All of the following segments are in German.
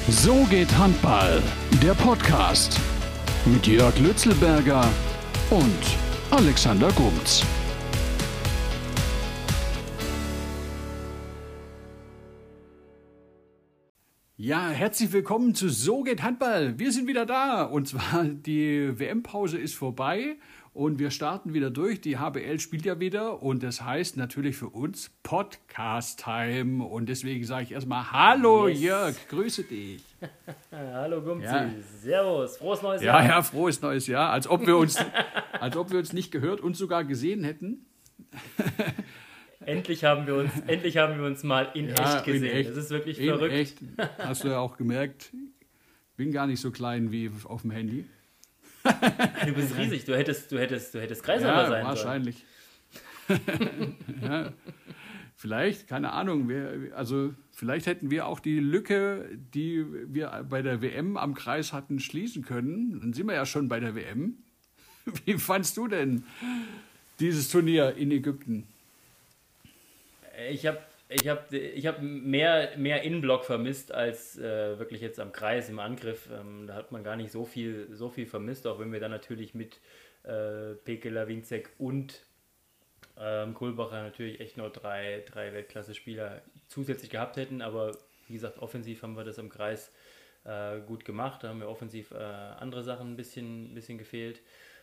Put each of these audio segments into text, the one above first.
So geht Handball, der Podcast mit Jörg Lützelberger und Alexander Gumz. Ja, herzlich willkommen zu So geht Handball. Wir sind wieder da und zwar die WM-Pause ist vorbei und wir starten wieder durch. Die HBL spielt ja wieder und das heißt natürlich für uns Podcast-Time und deswegen sage ich erstmal Hallo Jörg, grüße dich. Hallo Gumzi, ja. Servus, frohes neues Jahr. Ja, frohes neues Jahr, als ob wir uns nicht gehört und sogar gesehen hätten. Endlich haben wir uns mal in echt gesehen. In echt, das ist wirklich verrückt. Echt. Hast du ja auch gemerkt, bin gar nicht so klein wie auf dem Handy. Du bist riesig, du hättest Kreisläufer sein wahrscheinlich. Ja, vielleicht, keine Ahnung, vielleicht hätten wir auch die Lücke, die wir bei der WM am Kreis hatten, schließen können. Dann sind wir ja schon bei der WM. Wie fandst du denn dieses Turnier in Ägypten? Ich hab mehr Innenblock vermisst als wirklich jetzt am Kreis im Angriff. Da hat man gar nicht so viel vermisst, auch wenn wir dann natürlich mit Pekela, Winzek und Kohlbacher natürlich echt noch drei Weltklasse-Spieler zusätzlich gehabt hätten. Aber wie gesagt, offensiv haben wir das am Kreis gut gemacht. Da haben wir offensiv andere Sachen ein bisschen gefehlt.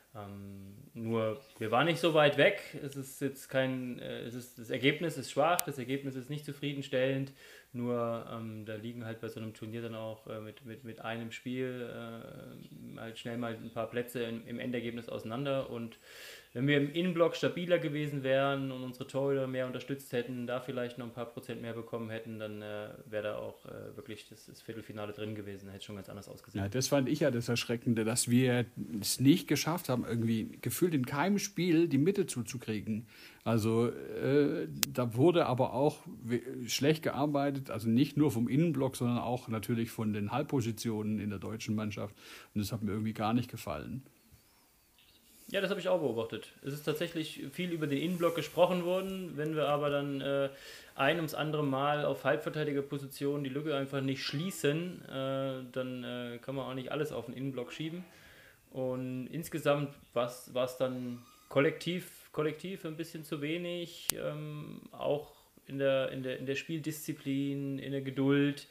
Nur, wir waren nicht so weit weg. Es ist jetzt das Ergebnis ist schwach, das Ergebnis ist nicht zufriedenstellend. Nur, da liegen halt bei so einem Turnier dann auch mit einem Spiel halt schnell mal ein paar Plätze im Endergebnis auseinander. Und wenn wir im Innenblock stabiler gewesen wären und unsere Torhüter mehr unterstützt hätten, da vielleicht noch ein paar Prozent mehr bekommen hätten, dann wäre da auch wirklich das Viertelfinale drin gewesen. Hätte schon ganz anders ausgesehen. Ja, das fand ich ja das Erschreckende, dass wir es nicht geschafft haben, irgendwie gefühlt in keinem Spiel die Mitte zuzukriegen. Also da wurde aber auch schlecht gearbeitet, also nicht nur vom Innenblock, sondern auch natürlich von den Halbpositionen in der deutschen Mannschaft. Und das hat mir irgendwie gar nicht gefallen. Ja, das habe ich auch beobachtet. Es ist tatsächlich viel über den Innenblock gesprochen worden. Wenn wir aber dann ein ums andere Mal auf Halbverteidigerpositionen die Lücke einfach nicht schließen, dann kann man auch nicht alles auf den Innenblock schieben. Und insgesamt war es dann kollektiv ein bisschen zu wenig, auch in der Spieldisziplin, in der Geduld.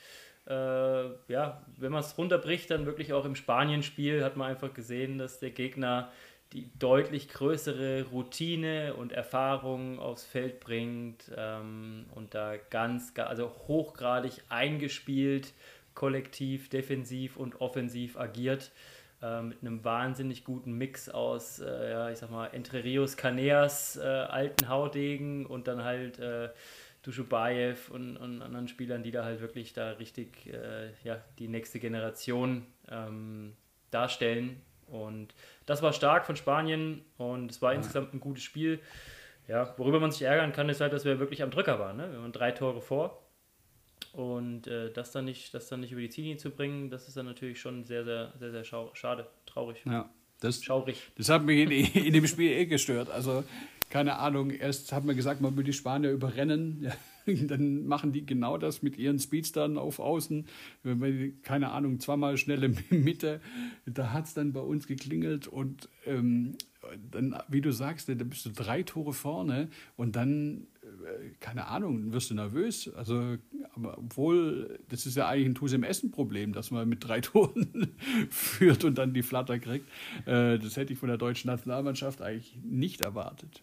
Wenn man es runterbricht, dann wirklich auch im Spanien-Spiel hat man einfach gesehen, dass der Gegner die deutlich größere Routine und Erfahrung aufs Feld bringt und da also hochgradig eingespielt, kollektiv, defensiv und offensiv agiert. Mit einem wahnsinnig guten Mix aus, Entre Rios, Caneas, alten Haudegen und dann halt Dushubaev und anderen Spielern, die da halt wirklich da richtig die nächste Generation darstellen. Und das war stark von Spanien und es war insgesamt ein gutes Spiel. Ja, worüber man sich ärgern kann, ist halt, dass wir wirklich am Drücker waren. Ne? Wir waren 3 Tore vor. Und das dann nicht über die Ziellinie zu bringen, das ist dann natürlich schon sehr, sehr, sehr, sehr schade, traurig. Ja, schaurig. Das hat mich in dem Spiel gestört. Also, keine Ahnung, erst hat man gesagt, man will die Spanier überrennen. Ja, dann machen die genau das mit ihren Speedstern auf Außen. Keine Ahnung, zweimal schnelle Mitte. Da hat es dann bei uns geklingelt und dann, wie du sagst, da bist du 3 Tore vorne und dann, keine Ahnung, wirst du nervös. Also, aber obwohl, das ist ja eigentlich ein Tusem-Essen-Problem, dass man mit 3 Toren führt und dann die Flatter kriegt. Das hätte ich von der deutschen Nationalmannschaft eigentlich nicht erwartet.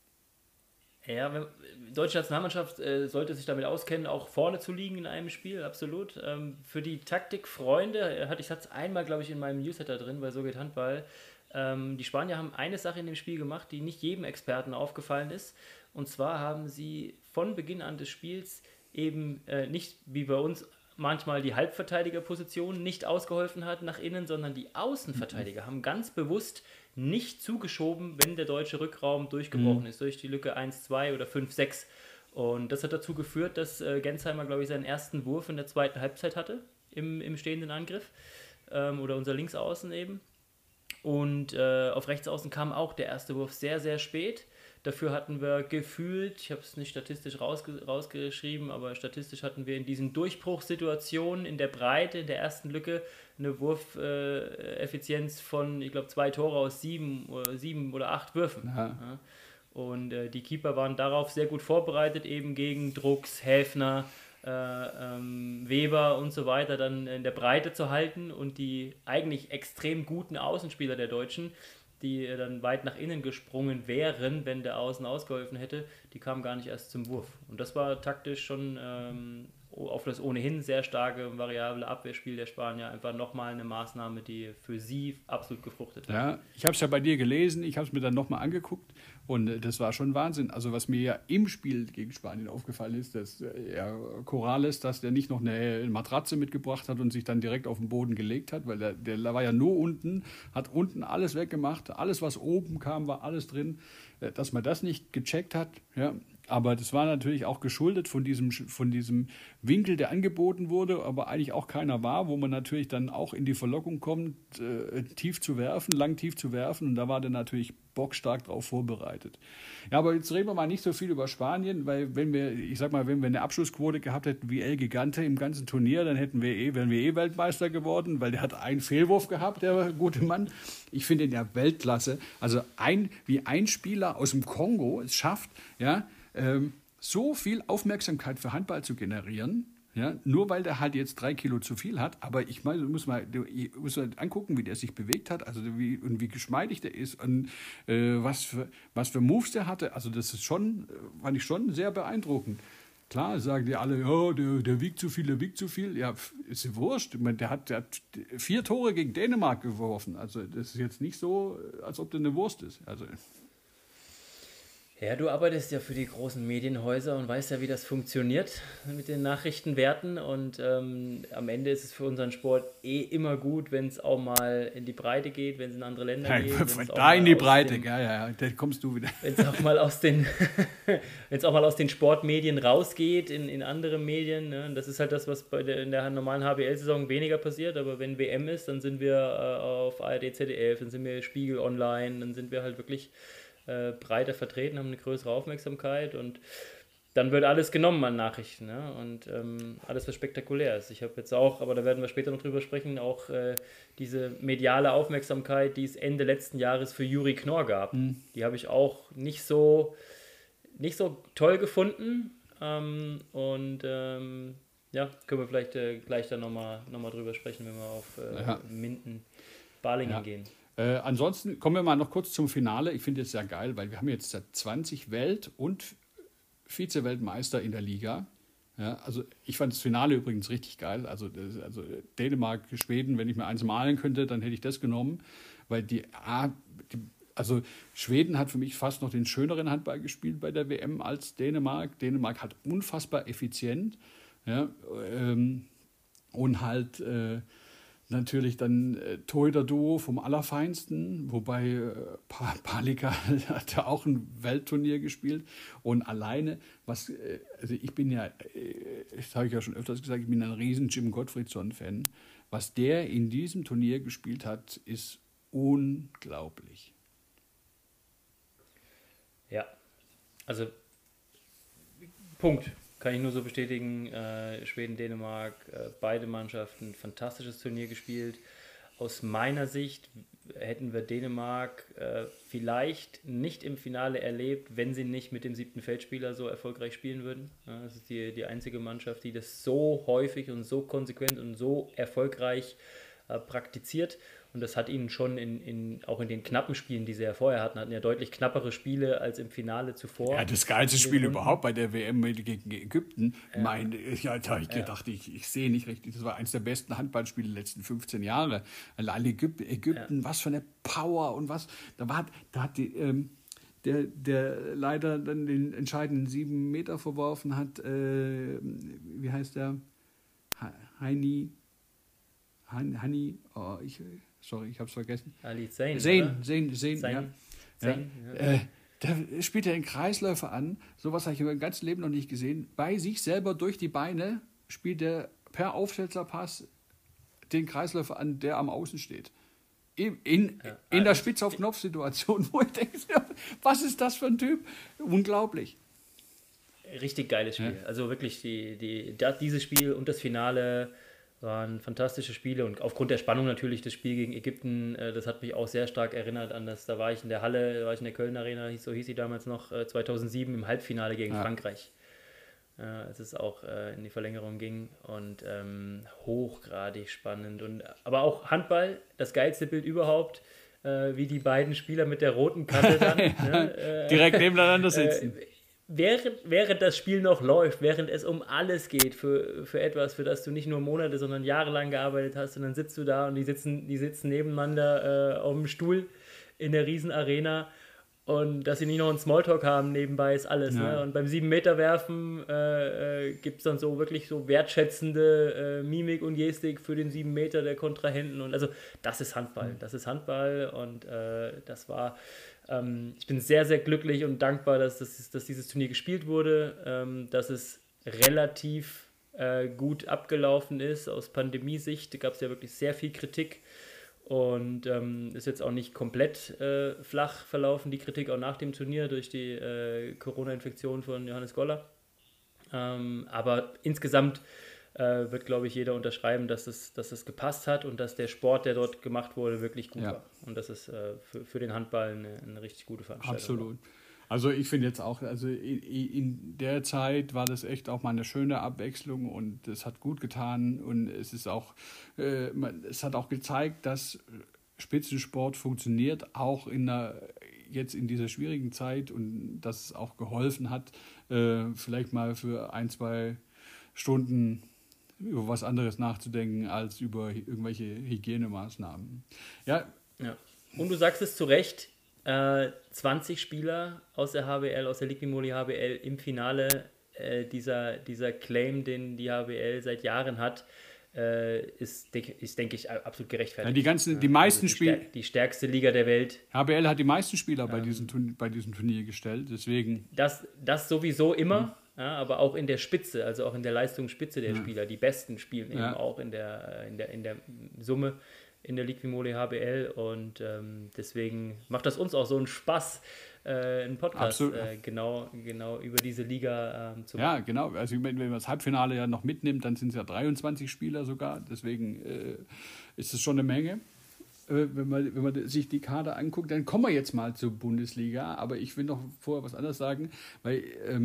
Ja, die deutsche Nationalmannschaft sollte sich damit auskennen, auch vorne zu liegen in einem Spiel, absolut. Für die Taktikfreunde, ich hatte es einmal, glaube ich, in meinem Newsletter drin, bei So geht Handball. Die Spanier haben eine Sache in dem Spiel gemacht, die nicht jedem Experten aufgefallen ist. Und zwar haben sie von Beginn an des Spiels eben nicht wie bei uns manchmal die Halbverteidigerposition nicht ausgeholfen hat nach innen, sondern die Außenverteidiger haben ganz bewusst nicht zugeschoben, wenn der deutsche Rückraum durchgebrochen ist, durch die Lücke 1-2 oder 5-6. Und das hat dazu geführt, dass Gensheimer, glaube ich, seinen ersten Wurf in der zweiten Halbzeit hatte, im stehenden Angriff, oder unser Linksaußen eben. Und auf Rechtsaußen kam auch der erste Wurf sehr, sehr spät. Dafür hatten wir gefühlt, ich habe es nicht statistisch rausgeschrieben, aber statistisch hatten wir in diesen Durchbruchssituationen in der Breite, in der ersten Lücke, eine Wurfeffizienz von, ich glaube, 2 Tore aus 7 oder 8 Würfen. Ja. Und die Keeper waren darauf sehr gut vorbereitet, eben gegen Drucks, Häfner, Weber und so weiter dann in der Breite zu halten, und die eigentlich extrem guten Außenspieler der Deutschen, die dann weit nach innen gesprungen wären, wenn der Außen ausgeholfen hätte, die kamen gar nicht erst zum Wurf. Und das war taktisch schon auf das ohnehin sehr starke, variable Abwehrspiel der Spanier einfach nochmal eine Maßnahme, die für sie absolut gefruchtet hat. Ja, ich habe es ja bei dir gelesen, ich habe es mir dann nochmal angeguckt, und das war schon Wahnsinn. Also was mir ja im Spiel gegen Spanien aufgefallen ist, dass Corrales, dass der nicht noch eine Matratze mitgebracht hat und sich dann direkt auf den Boden gelegt hat, weil der war ja nur unten, hat unten alles weggemacht, alles was oben kam, war alles drin, dass man das nicht gecheckt hat, ja. Aber das war natürlich auch geschuldet von diesem Winkel, der angeboten wurde, aber eigentlich auch keiner war, wo man natürlich dann auch in die Verlockung kommt, tief zu werfen, lang tief zu werfen. Und da war der natürlich bockstark drauf vorbereitet. Ja, aber jetzt reden wir mal nicht so viel über Spanien, weil wenn wir eine Abschlussquote gehabt hätten wie El Gigante im ganzen Turnier, dann wären wir Weltmeister geworden, weil der hat einen Fehlwurf gehabt, der gute Mann. Ich finde ihn ja Weltklasse. Also wie ein Spieler aus dem Kongo es schafft, ja, so viel Aufmerksamkeit für Handball zu generieren, ja, nur weil der halt jetzt 3 Kilo zu viel hat. Aber ich meine, du musst mal angucken, wie der sich bewegt hat, also wie geschmeidig der ist und was für Moves der hatte. Also das ist fand ich schon sehr beeindruckend. Klar sagen die alle, ja, der wiegt zu viel, der wiegt zu viel. Ja, ist ja wurscht. Ich meine, der hat 4 Tore gegen Dänemark geworfen. Also das ist jetzt nicht so, als ob der eine Wurst ist. Also ja, du arbeitest ja für die großen Medienhäuser und weißt ja, wie das funktioniert mit den Nachrichtenwerten, und am Ende ist es für unseren Sport immer gut, wenn es auch mal in die Breite geht, wenn es in andere Länder geht. Da in die Breite, ja, da kommst du wieder. Wenn es auch mal aus den Sportmedien rausgeht, in andere Medien, ne? Das ist halt das, was in der normalen HBL-Saison weniger passiert, aber wenn WM ist, dann sind wir auf ARD, ZDF, dann sind wir Spiegel Online, dann sind wir halt wirklich breiter vertreten, haben eine größere Aufmerksamkeit, und dann wird alles genommen an Nachrichten, ne? Und alles, was spektakulär ist. Ich habe jetzt auch, aber da werden wir später noch drüber sprechen, auch diese mediale Aufmerksamkeit, die es Ende letzten Jahres für Juri Knorr gab. Die habe ich auch nicht so toll gefunden, und können wir vielleicht gleich dann nochmal drüber sprechen, wenn wir auf Minden-Balingen gehen. Ansonsten kommen wir mal noch kurz zum Finale. Ich finde es sehr geil, weil wir haben jetzt 20 Welt- und Vize-Weltmeister in der Liga. Ja, also ich fand das Finale übrigens richtig geil. Also Dänemark, Schweden, wenn ich mir eins malen könnte, dann hätte ich das genommen. Weil also Schweden hat für mich fast noch den schöneren Handball gespielt bei der WM als Dänemark. Dänemark hat unfassbar effizient. Ja, und halt natürlich dann Torhüter-Duo vom Allerfeinsten, wobei Palika hat ja auch ein Weltturnier gespielt. Und alleine, also ich bin ja, das habe ich ja schon öfters gesagt, ich bin ein riesen Jim Gottfriedson-Fan. Was der in diesem Turnier gespielt hat, ist unglaublich. Ja, also Punkt. Kann ich nur so bestätigen, Schweden, Dänemark, beide Mannschaften, fantastisches Turnier gespielt. Aus meiner Sicht hätten wir Dänemark vielleicht nicht im Finale erlebt, wenn sie nicht mit dem 7. Feldspieler so erfolgreich spielen würden. Ja, das ist die einzige Mannschaft, die das so häufig und so konsequent und so erfolgreich praktiziert. Und das hat ihnen schon auch in den knappen Spielen, die sie ja vorher hatten ja deutlich knappere Spiele als im Finale zuvor. Ja, das geilste Spiel überhaupt bei der WM gegen Ägypten. Da habe ich gedacht, ich sehe nicht richtig. Das war eines der besten Handballspiele der letzten 15 Jahre. Allein Ägypten, was für eine Power und was. Da hat der leider dann den entscheidenden 7 Meter verworfen hat. Wie heißt der? Hani, ich habe es vergessen. Ali Zayn. Zayn. Da spielt er den Kreisläufer an. Sowas habe ich mein ganzes Leben noch nicht gesehen. Bei sich selber durch die Beine spielt er per Aufsetzerpass den Kreisläufer an, der am Außen steht. In der Spitz-auf-Knopf-Situation, wo ich denke, was ist das für ein Typ? Unglaublich. Richtig geiles Spiel. Ja. Also wirklich, dieses Spiel und das Finale waren fantastische Spiele und aufgrund der Spannung natürlich das Spiel gegen Ägypten, das hat mich auch sehr stark erinnert an das, da war ich in der Halle, da war ich in der Köln Arena, so hieß sie damals noch, 2007 im Halbfinale gegen Frankreich. Als es auch in die Verlängerung ging und hochgradig spannend. Aber auch Handball, das geilste Bild überhaupt, wie die beiden Spieler mit der roten Karte dann direkt nebeneinander sitzen. Während das Spiel noch läuft, während es um alles geht, für etwas, für das du nicht nur Monate, sondern jahrelang gearbeitet hast, und dann sitzt du da und die sitzen nebeneinander auf dem Stuhl in der Riesenarena. Und dass sie nicht noch einen Smalltalk haben nebenbei, ist alles. Ja. Ne? Und beim 7-Meter-Werfen gibt es dann so wirklich so wertschätzende Mimik und Gestik für den 7 Meter der Kontrahenten. Und also das ist Handball. Das ist Handball und das war... ich bin sehr, sehr glücklich und dankbar, dass dieses Turnier gespielt wurde, dass es relativ gut abgelaufen ist. Aus Pandemiesicht gab es ja wirklich sehr viel Kritik. Und ist jetzt auch nicht komplett flach verlaufen, die Kritik auch nach dem Turnier durch die Corona-Infektion von Johannes Goller. Aber insgesamt wird, glaube ich, jeder unterschreiben, dass es gepasst hat und dass der Sport, der dort gemacht wurde, wirklich gut war. Und das ist für den Handball eine richtig gute Veranstaltung. Absolut. Also ich finde jetzt auch, also in der Zeit war das echt auch mal eine schöne Abwechslung und es hat gut getan und es ist auch, es hat auch gezeigt, dass Spitzensport funktioniert, auch jetzt in dieser schwierigen Zeit, und dass es auch geholfen hat, vielleicht mal für 1-2 Stunden über was anderes nachzudenken als über irgendwelche Hygienemaßnahmen. Ja. Und du sagst es zu Recht, 20 Spieler aus der HBL, aus der Ligue Moly HBL im Finale, dieser Claim, den die HBL seit Jahren hat, ist, denke ich, absolut gerechtfertigt. Ja, die meisten Spieler. Die stärkste Liga der Welt. HBL hat die meisten Spieler bei diesem Turnier gestellt, deswegen. Das sowieso immer, aber auch in der Spitze, also auch in der Leistungsspitze der Spieler. Die Besten spielen eben auch in der Summe in der Ligue Moly HBL und deswegen macht das uns auch so einen Spaß, einen Podcast genau über diese Liga zu machen. Ja, genau. Also wenn man das Halbfinale ja noch mitnimmt, dann sind es ja 23 Spieler sogar. Deswegen ist es schon eine Menge. Wenn man sich die Kader anguckt, dann kommen wir jetzt mal zur Bundesliga. Aber ich will noch vorher was anderes sagen, weil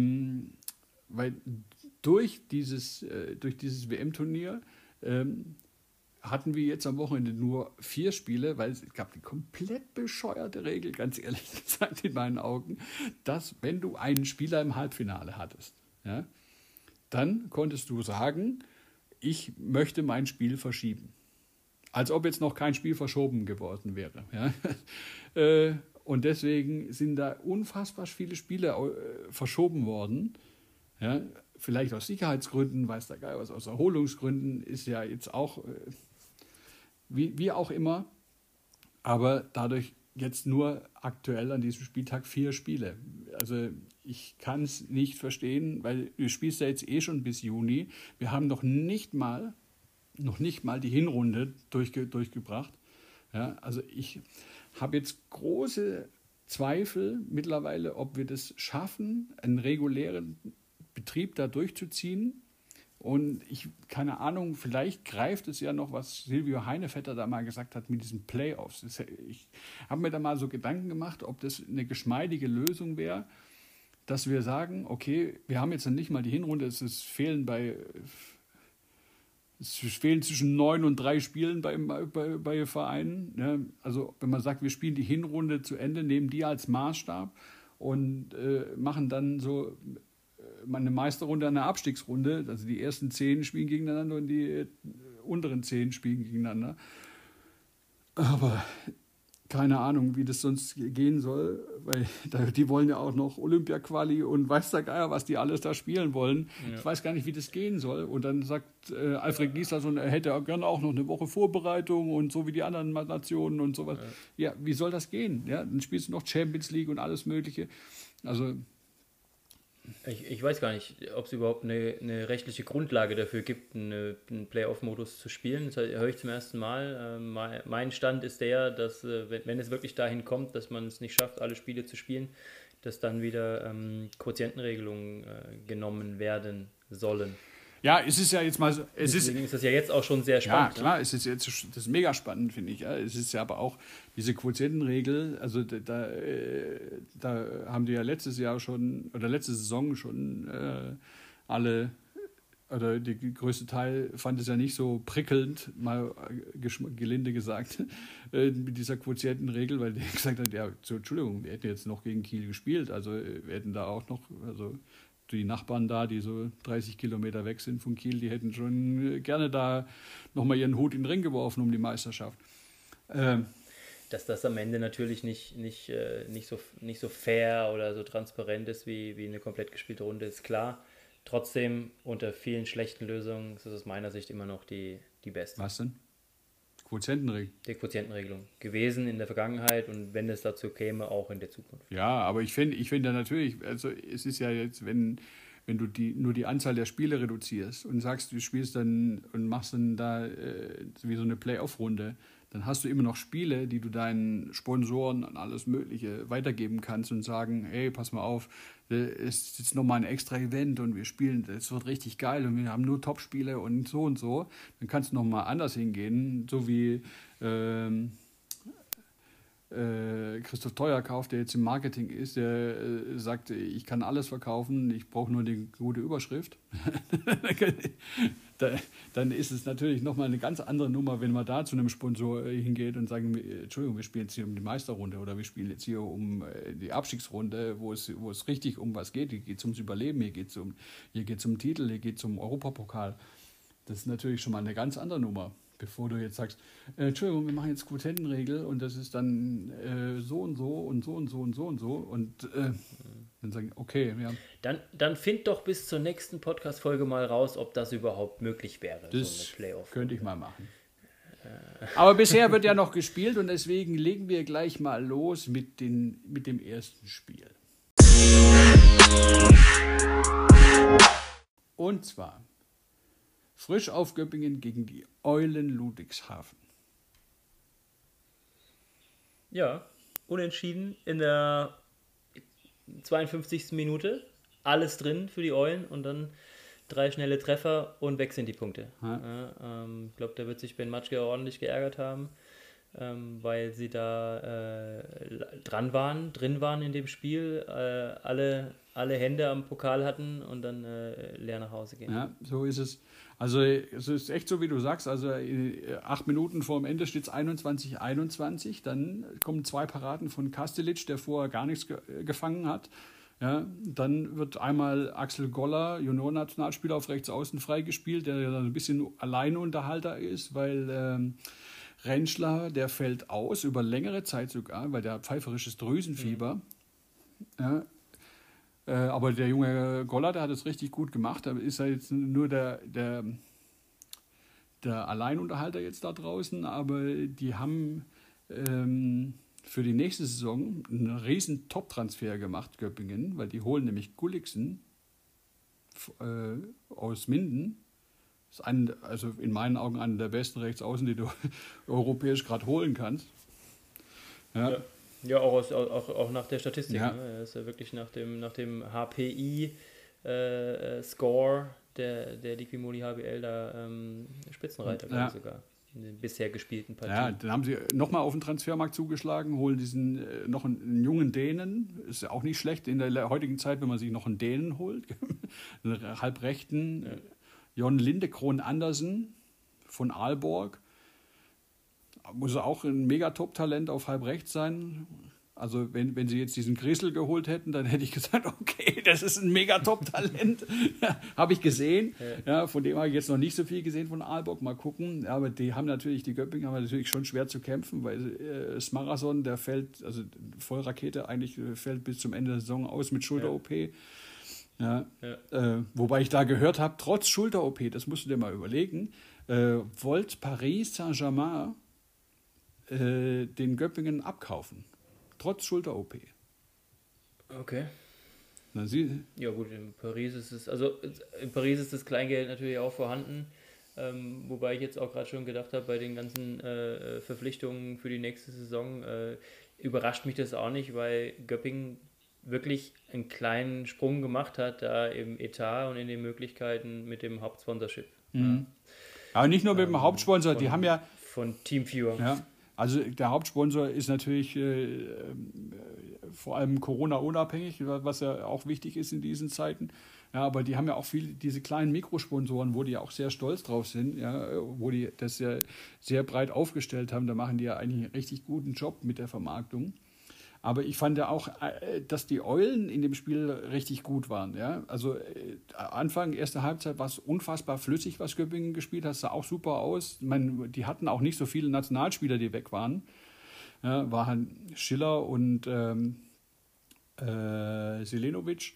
durch dieses WM-Turnier hatten wir jetzt am Wochenende nur 4 Spiele, weil es gab die komplett bescheuerte Regel, ganz ehrlich gesagt in meinen Augen, dass wenn du einen Spieler im Halbfinale hattest, ja, dann konntest du sagen, ich möchte mein Spiel verschieben. Als ob jetzt noch kein Spiel verschoben geworden wäre. Ja. Und deswegen sind da unfassbar viele Spiele verschoben worden. Ja. Vielleicht aus Sicherheitsgründen, weiß der Geier was, aus Erholungsgründen, ist ja jetzt auch... Wie auch immer, aber dadurch jetzt nur aktuell an diesem Spieltag 4 Spiele. Also ich kann es nicht verstehen, weil du spielst ja jetzt schon bis Juni. Wir haben noch nicht mal die Hinrunde durchgebracht. Ja, also ich habe jetzt große Zweifel mittlerweile, ob wir das schaffen, einen regulären Betrieb da durchzuziehen. Und keine Ahnung, vielleicht greift es ja noch, was Silvio Heinevetter da mal gesagt hat mit diesen Playoffs. Ich habe mir da mal so Gedanken gemacht, ob das eine geschmeidige Lösung wäre, dass wir sagen, okay, wir haben jetzt noch nicht mal die Hinrunde, es fehlen zwischen 9 und 3 Spielen bei Vereinen. Ja, also wenn man sagt, wir spielen die Hinrunde zu Ende, nehmen die als Maßstab und machen dann so eine Meisterrunde, eine Abstiegsrunde, also die ersten 10 spielen gegeneinander und die unteren 10 spielen gegeneinander. Aber keine Ahnung, wie das sonst gehen soll, weil die wollen ja auch noch Olympia-Quali und weiß der Geier, was die alles da spielen wollen. Ja. Ich weiß gar nicht, wie das gehen soll. Und dann sagt Alfred Gislason, er hätte gerne auch noch eine Woche Vorbereitung und so wie die anderen Nationen und sowas. Ja, wie soll das gehen? Ja, dann spielst du noch Champions League und alles Mögliche. Also Ich weiß gar nicht, ob es überhaupt eine rechtliche Grundlage dafür gibt, einen Playoff-Modus zu spielen. Das höre ich zum ersten Mal. Mein Stand ist der, dass wenn es wirklich dahin kommt, dass man es nicht schafft, alle Spiele zu spielen, dass dann wieder Quotientenregelungen genommen werden sollen. Ja, es ist ja jetzt mal so. Deswegen ist das ja jetzt auch schon sehr spannend. Ja, klar, es ist jetzt das ist mega spannend, finde ich. Ja. Es ist ja aber auch diese Quotientenregel, also da haben die ja letztes Jahr schon, oder letzte Saison schon alle, oder der größte Teil fand es ja nicht so prickelnd, mal gelinde gesagt, mit dieser Quotientenregel, weil die gesagt hat, ja, Entschuldigung, wir hätten jetzt noch gegen Kiel gespielt, also wir hätten da auch noch, also die Nachbarn da, die so 30 Kilometer weg sind von Kiel, die hätten schon gerne da nochmal ihren Hut in den Ring geworfen um die Meisterschaft. Dass das am Ende natürlich nicht so fair oder so transparent ist wie eine komplett gespielte Runde, ist klar. Trotzdem, unter vielen schlechten Lösungen ist es aus meiner Sicht immer noch die beste. Was denn? Quotientenregelung. Die Quotientenregelung gewesen in der Vergangenheit und wenn es dazu käme, auch in der Zukunft. Ja, aber ich finde natürlich, also es ist ja jetzt, wenn du nur die Anzahl der Spiele reduzierst und sagst, du spielst dann und machst dann da wie so eine Playoff-Runde, dann hast du immer noch Spiele, die du deinen Sponsoren und alles Mögliche weitergeben kannst und sagen, hey, pass mal auf, es ist jetzt nochmal ein extra Event und wir spielen, es wird richtig geil und wir haben nur Top-Spiele und so und so. Dann kannst du nochmal anders hingehen, so wie Christoph Teuerkauf, der jetzt im Marketing ist, der sagt, ich kann alles verkaufen, ich brauche nur die gute Überschrift. Dann ist es natürlich nochmal eine ganz andere Nummer, wenn man da zu einem Sponsor hingeht und sagen, Entschuldigung, wir spielen jetzt hier um die Meisterrunde oder wir spielen jetzt hier um die Abstiegsrunde, wo es richtig um was geht. Hier geht es ums Überleben, hier geht es um Titel, hier geht es um Europapokal. Das ist natürlich schon mal eine ganz andere Nummer. Bevor du jetzt sagst, Entschuldigung, wir machen jetzt Quotientenregel und das ist dann so und so und so und so und so und so und dann sagen, okay, ja. Dann find doch bis zur nächsten Podcast-Folge mal raus, ob das überhaupt möglich wäre, das so eine Playoff. Könnte ich mal machen. Aber bisher wird ja noch gespielt und deswegen legen wir gleich mal los mit dem ersten Spiel. Und zwar Frisch auf Göppingen gegen die Eulen Ludwigshafen. Ja, unentschieden in der 52. Minute. Alles drin für die Eulen und dann 3 schnelle Treffer und weg sind die Punkte. Ja, ich glaube, da wird sich Ben Matschke ordentlich geärgert haben, weil sie da drin waren in dem Spiel, alle Hände am Pokal hatten und dann leer nach Hause gehen. Ja, so ist es. Also es ist echt so, wie du sagst, also 8 Minuten vor dem Ende steht es 21:21, dann kommen 2 Paraden von Kastelic, der vorher gar nichts gefangen hat. Ja, dann wird einmal Axel Goller, Juniorennationalspieler, auf rechts außen freigespielt, der dann ein bisschen Alleinunterhalter ist, weil Rentschler, der fällt aus, über längere Zeit sogar, weil der hat pfeiferisches Drüsenfieber. Ja, aber der junge Goller, der hat es richtig gut gemacht. Da ist er jetzt nur der Alleinunterhalter jetzt da draußen, aber die haben für die nächste Saison einen riesen Top-Transfer gemacht, Göppingen, weil die holen nämlich Gulliksen aus Minden. Das ist also in meinen Augen einer der besten Rechtsaußen, die du europäisch gerade holen kannst. Ja. Ja, auch nach der Statistik. Ja. Ne? Er ist ja wirklich nach dem HPI-Score der Liquimoli HBL da Spitzenreiter, glaube ich sogar, in den bisher gespielten Partien. Ja, dann haben sie nochmal auf den Transfermarkt zugeschlagen, holen diesen noch einen jungen Dänen. Ist ja auch nicht schlecht in der heutigen Zeit, wenn man sich noch einen Dänen holt. einen Halbrechten. Ja. Jon Lindekron Andersen von Aalborg. Muss auch ein Megatop-Talent auf halb rechts sein. Also wenn sie jetzt diesen Grissel geholt hätten, dann hätte ich gesagt, okay, das ist ein Megatop-Talent. Habe ich gesehen. Ja, von dem habe ich jetzt noch nicht so viel gesehen von Aalborg. Mal gucken. Ja, aber die Göppingen haben natürlich schon schwer zu kämpfen, weil Smarason, der fällt, also Vollrakete eigentlich, fällt bis zum Ende der Saison aus mit Schulter-OP. Ja. Wobei ich da gehört habe, trotz Schulter-OP, das musst du dir mal überlegen, wollte Paris Saint-Germain den Göppingen abkaufen. Trotz Schulter-OP. Okay. Ja gut, in Paris ist das Kleingeld natürlich auch vorhanden. Wobei ich jetzt auch gerade schon gedacht habe, bei den ganzen Verpflichtungen für die nächste Saison überrascht mich das auch nicht, weil Göppingen wirklich einen kleinen Sprung gemacht hat, da im Etat und in den Möglichkeiten mit dem Hauptsponsorship. Mhm. Aber nicht nur mit dem Hauptsponsor, die haben ja... Von Teamviewer. Ja, also der Hauptsponsor ist natürlich vor allem Corona-unabhängig, was ja auch wichtig ist in diesen Zeiten. Ja, aber die haben ja auch viele, diese kleinen Mikrosponsoren, wo die ja auch sehr stolz drauf sind, ja, wo die das ja sehr breit aufgestellt haben. Da machen die ja eigentlich einen richtig guten Job mit der Vermarktung. Aber ich fand ja auch, dass die Eulen in dem Spiel richtig gut waren. Ja? Also Anfang, erste Halbzeit war es unfassbar flüssig, was Göppingen gespielt hat. Sah auch super aus. Ich meine, die hatten auch nicht so viele Nationalspieler, die weg waren. Ja, waren Schiller und Selenovic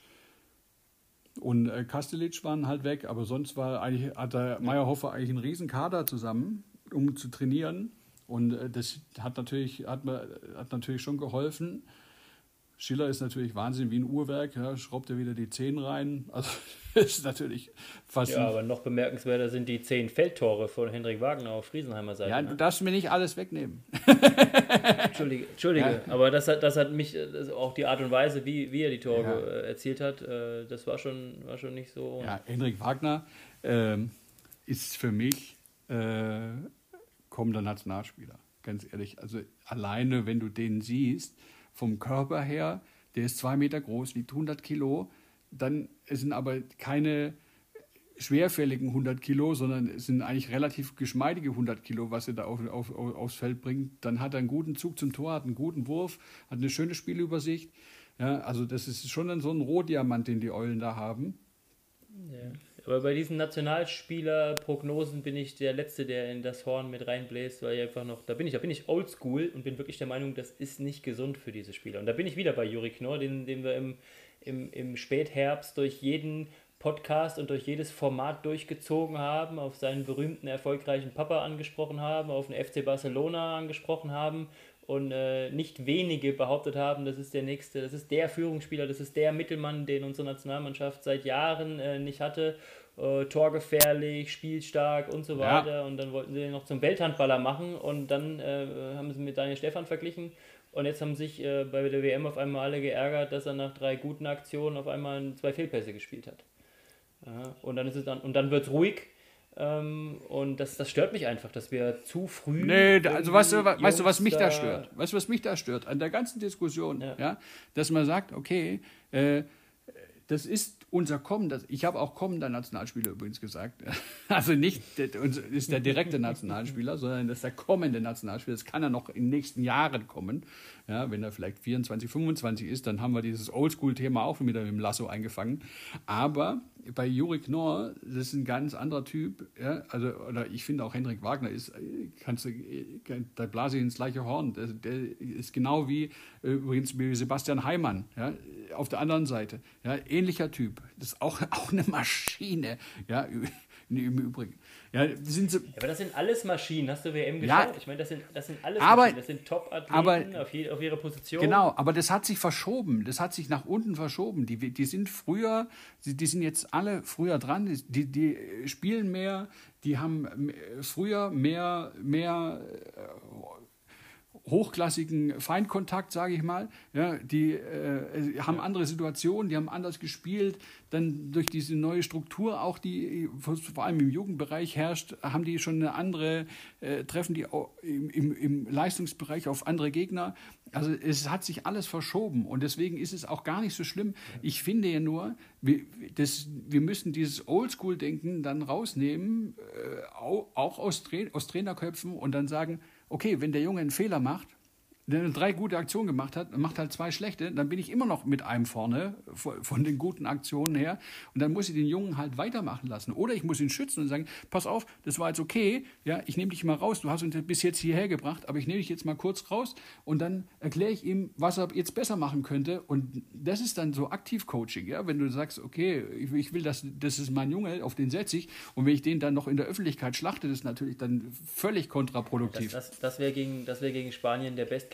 und Kastelic waren halt weg. Aber sonst hat der Meyerhofer eigentlich einen riesen Kader zusammen, um zu trainieren. Und das hat natürlich schon geholfen. Schiller ist natürlich Wahnsinn wie ein Uhrwerk, ja, schraubt er wieder die 10 rein. Also das ist natürlich fast... Ja, aber noch bemerkenswerter sind die 10 Feldtore von Hendrik Wagner auf Friesenheimer Seite. Ja, du darfst mir nicht alles wegnehmen. Entschuldige, ja. Aber das hat mich, also auch die Art und Weise, wie er die Tore erzielt hat, das war schon nicht so... Ja, Hendrik Wagner ist für mich... kommender Nationalspieler, ganz ehrlich. Also alleine, wenn du den siehst, vom Körper her, der ist 2 Meter groß, wiegt 100 Kilo, dann sind aber keine schwerfälligen 100 Kilo, sondern es sind eigentlich relativ geschmeidige 100 Kilo, was er da aufs Feld bringt. Dann hat er einen guten Zug zum Tor, hat einen guten Wurf, hat eine schöne Spielübersicht. Ja, also das ist schon so ein Rohdiamant, den die Eulen da haben. Ja. Aber bei diesen Nationalspieler-Prognosen bin ich der Letzte, der in das Horn mit reinbläst, weil ich einfach noch, da bin ich oldschool und bin wirklich der Meinung, das ist nicht gesund für diese Spieler. Und da bin ich wieder bei Juri Knorr, den wir im Spätherbst durch jeden Podcast und durch jedes Format durchgezogen haben, auf seinen berühmten, erfolgreichen Papa angesprochen haben, auf den FC Barcelona angesprochen haben und nicht wenige behauptet haben, das ist der Führungsspieler, das ist der Mittelmann, den unsere Nationalmannschaft seit Jahren nicht hatte, torgefährlich, spielstark und so weiter. Ja. Und dann wollten sie ihn noch zum Welthandballer machen und dann haben sie mit Daniel Stephan verglichen und jetzt haben sich bei der WM auf einmal alle geärgert, dass er nach 3 guten Aktionen auf einmal 2 Fehlpässe gespielt hat. Ja, und dann wird es ruhig. Und das stört mich einfach, dass wir zu früh... Nee, also weißt du, was mich da stört? Weißt du, was mich da stört? An der ganzen Diskussion, ja dass man sagt, okay, das ist unser Kommen, ich habe auch kommender Nationalspieler übrigens gesagt, also nicht ist der direkte Nationalspieler, sondern das ist der kommende Nationalspieler, das kann er noch in den nächsten Jahren kommen, ja, wenn er vielleicht 24, 25 ist, dann haben wir dieses Oldschool-Thema auch wieder mit dem Lasso eingefangen, aber bei Juri Knorr, das ist ein ganz anderer Typ, ja, also, oder ich finde auch Hendrik Wagner ist, da blase ich ins gleiche Horn, der ist genau wie übrigens wie Sebastian Heimann, ja, auf der anderen Seite, ja, ähnlicher Typ, das ist auch eine Maschine, ja, im Übrigen. Ja, aber das sind alles Maschinen, hast du WM geschaut? Ja, ich meine, das sind alles Maschinen, das sind Top-Athleten auf ihrer Position. Genau, aber das hat sich verschoben, das hat sich nach unten verschoben. Die sind früher, die sind jetzt alle früher dran, die spielen mehr, die haben früher mehr hochklassigen Feindkontakt, sage ich mal. Ja, die haben andere Situationen, die haben anders gespielt. Dann durch diese neue Struktur, auch die vor allem im Jugendbereich herrscht, haben die schon eine andere, treffen die im Leistungsbereich auf andere Gegner. Also es hat sich alles verschoben und deswegen ist es auch gar nicht so schlimm. Ich finde ja nur, wir müssen dieses Oldschool-Denken dann rausnehmen, auch aus Trainerköpfen und dann sagen, okay, wenn der Junge einen Fehler macht, der 3 gute Aktionen gemacht hat, macht halt 2 schlechte, dann bin ich immer noch mit einem vorne von den guten Aktionen her und dann muss ich den Jungen halt weitermachen lassen. Oder ich muss ihn schützen und sagen, pass auf, das war jetzt okay, ja, ich nehme dich mal raus, du hast uns bis jetzt hierher gebracht, aber ich nehme dich jetzt mal kurz raus und dann erkläre ich ihm, was er jetzt besser machen könnte und das ist dann so Aktiv-Coaching, ja, wenn du sagst, okay, ich will, das ist mein Junge, auf den setze ich und wenn ich den dann noch in der Öffentlichkeit schlachte, das ist natürlich dann völlig kontraproduktiv. Das wäre gegen Spanien der Best Case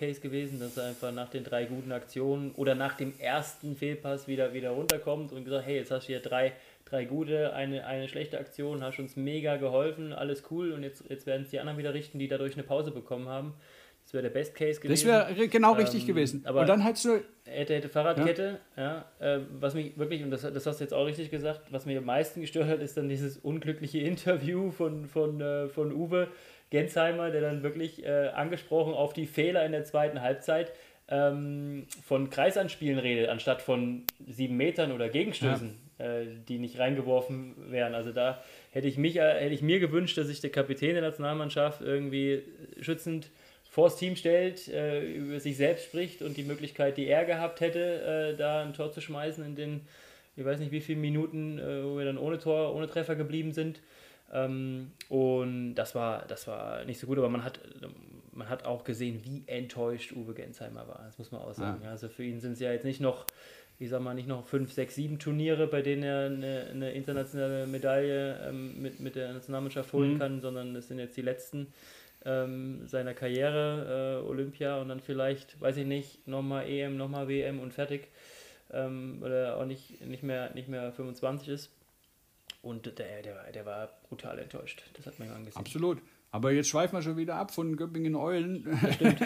Case gewesen, dass er einfach nach den 3 guten Aktionen oder nach dem ersten Fehlpass wieder runterkommt und gesagt, hey, jetzt hast du hier drei gute, eine schlechte Aktion, hast uns mega geholfen, alles cool und jetzt werden es die anderen wieder richten, die dadurch eine Pause bekommen haben. Das wäre der Best Case gewesen. Das wäre genau richtig gewesen. Aber und dann hättest du... Hätte Fahrradkette, was mich wirklich, und das hast du jetzt auch richtig gesagt, was mich am meisten gestört hat, ist dann dieses unglückliche Interview von Uwe Gensheimer, der dann wirklich angesprochen auf die Fehler in der zweiten Halbzeit von Kreisanspielen redet, anstatt von 7 Metern oder Gegenstößen, die nicht reingeworfen wären. Also da hätte ich mir gewünscht, dass sich der Kapitän der Nationalmannschaft irgendwie schützend vors Team stellt, über sich selbst spricht und die Möglichkeit, die er gehabt hätte, da ein Tor zu schmeißen in den, ich weiß nicht wie viele Minuten, wo wir dann ohne Treffer geblieben sind. Und das war nicht so gut, aber man hat auch gesehen, wie enttäuscht Uwe Gensheimer war. Das muss man auch sagen. Ja. Also für ihn sind es ja jetzt nicht noch 5, 6, 7 Turniere, bei denen er eine internationale Medaille mit der Nationalmannschaft holen kann, sondern das sind jetzt die letzten seiner Karriere, Olympia und dann vielleicht, weiß ich nicht, nochmal EM, nochmal WM und fertig, weil er auch nicht mehr 25 ist. Und der war brutal enttäuscht. Das hat man ihm angesehen. Absolut. Aber jetzt schweifen wir schon wieder ab von Göppingen Eulen. Das stimmt.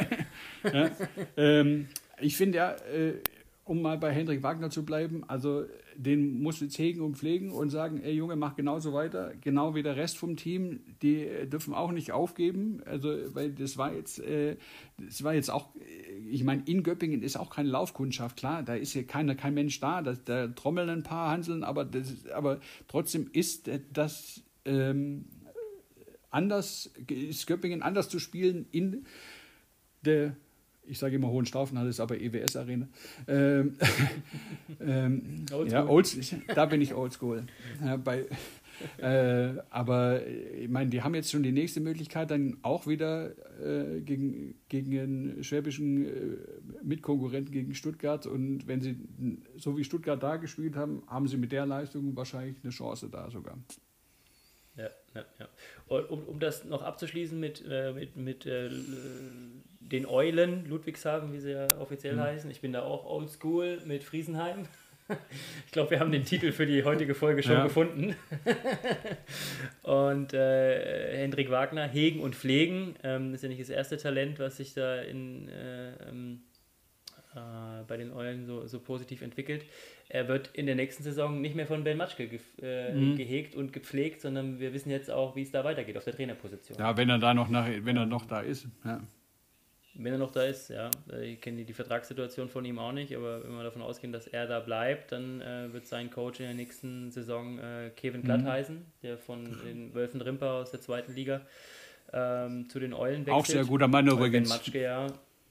Ich finde ja, um mal bei Hendrik Wagner zu bleiben, also den muss jetzt hegen und pflegen und sagen, ey Junge, mach genauso weiter, genau wie der Rest vom Team, die dürfen auch nicht aufgeben, also weil das war jetzt auch, ich meine, in Göppingen ist auch keine Laufkundschaft, klar, da ist ja kein Mensch da trommeln ein paar Hanseln, aber trotzdem ist das anders, ist Göppingen anders zu spielen in der, ich sage immer Hohenstaufen, ist aber EWS-Arena. Da bin ich oldschool. Aber ich meine, die haben jetzt schon die nächste Möglichkeit, dann auch wieder gegen den schwäbischen Mitkonkurrenten gegen Stuttgart. Und wenn sie so wie Stuttgart da gespielt haben, haben sie mit der Leistung wahrscheinlich eine Chance da sogar. Ja. Und um das noch abzuschließen mit den Eulen Ludwigshafen, wie sie ja offiziell heißen. Ich bin da auch oldschool mit Friesenheim. Ich glaube, wir haben den Titel für die heutige Folge schon gefunden. Und Hendrik Wagner, hegen und pflegen, ist ja nicht das erste Talent, was sich da bei den Eulen so positiv entwickelt. Er wird in der nächsten Saison nicht mehr von Ben Matschke gehegt und gepflegt, sondern wir wissen jetzt auch, wie es da weitergeht auf der Trainerposition. Ja, wenn er noch da ist. Ja. Wenn er noch da ist, ja. Ich kenne die Vertragssituation von ihm auch nicht, aber wenn wir davon ausgehen, dass er da bleibt, dann wird sein Coach in der nächsten Saison Kevin Glatt heißen, der von den Wölfen Rimper aus der 2. Liga zu den Eulen wechselt. Auch sehr guter Mann übrigens. Ben Matschke,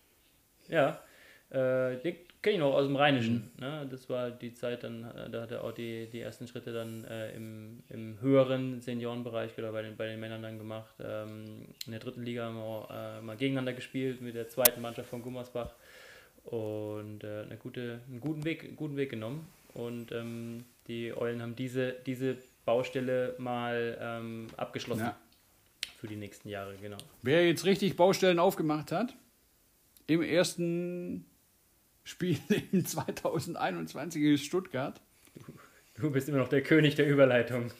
den kenne ich noch aus dem Rheinischen. Ne? Das war die Zeit, da hat er auch die ersten Schritte dann im höheren Seniorenbereich oder bei den Männern dann gemacht. In der 3. Liga haben wir auch mal gegeneinander gespielt mit der 2. Mannschaft von Gummersbach und einen guten Weg genommen. Und die Eulen haben diese Baustelle mal abgeschlossen für die nächsten Jahre, genau. Wer jetzt richtig Baustellen aufgemacht hat, im ersten Spiel in 2021 ist Stuttgart. Du bist immer noch der König der Überleitung.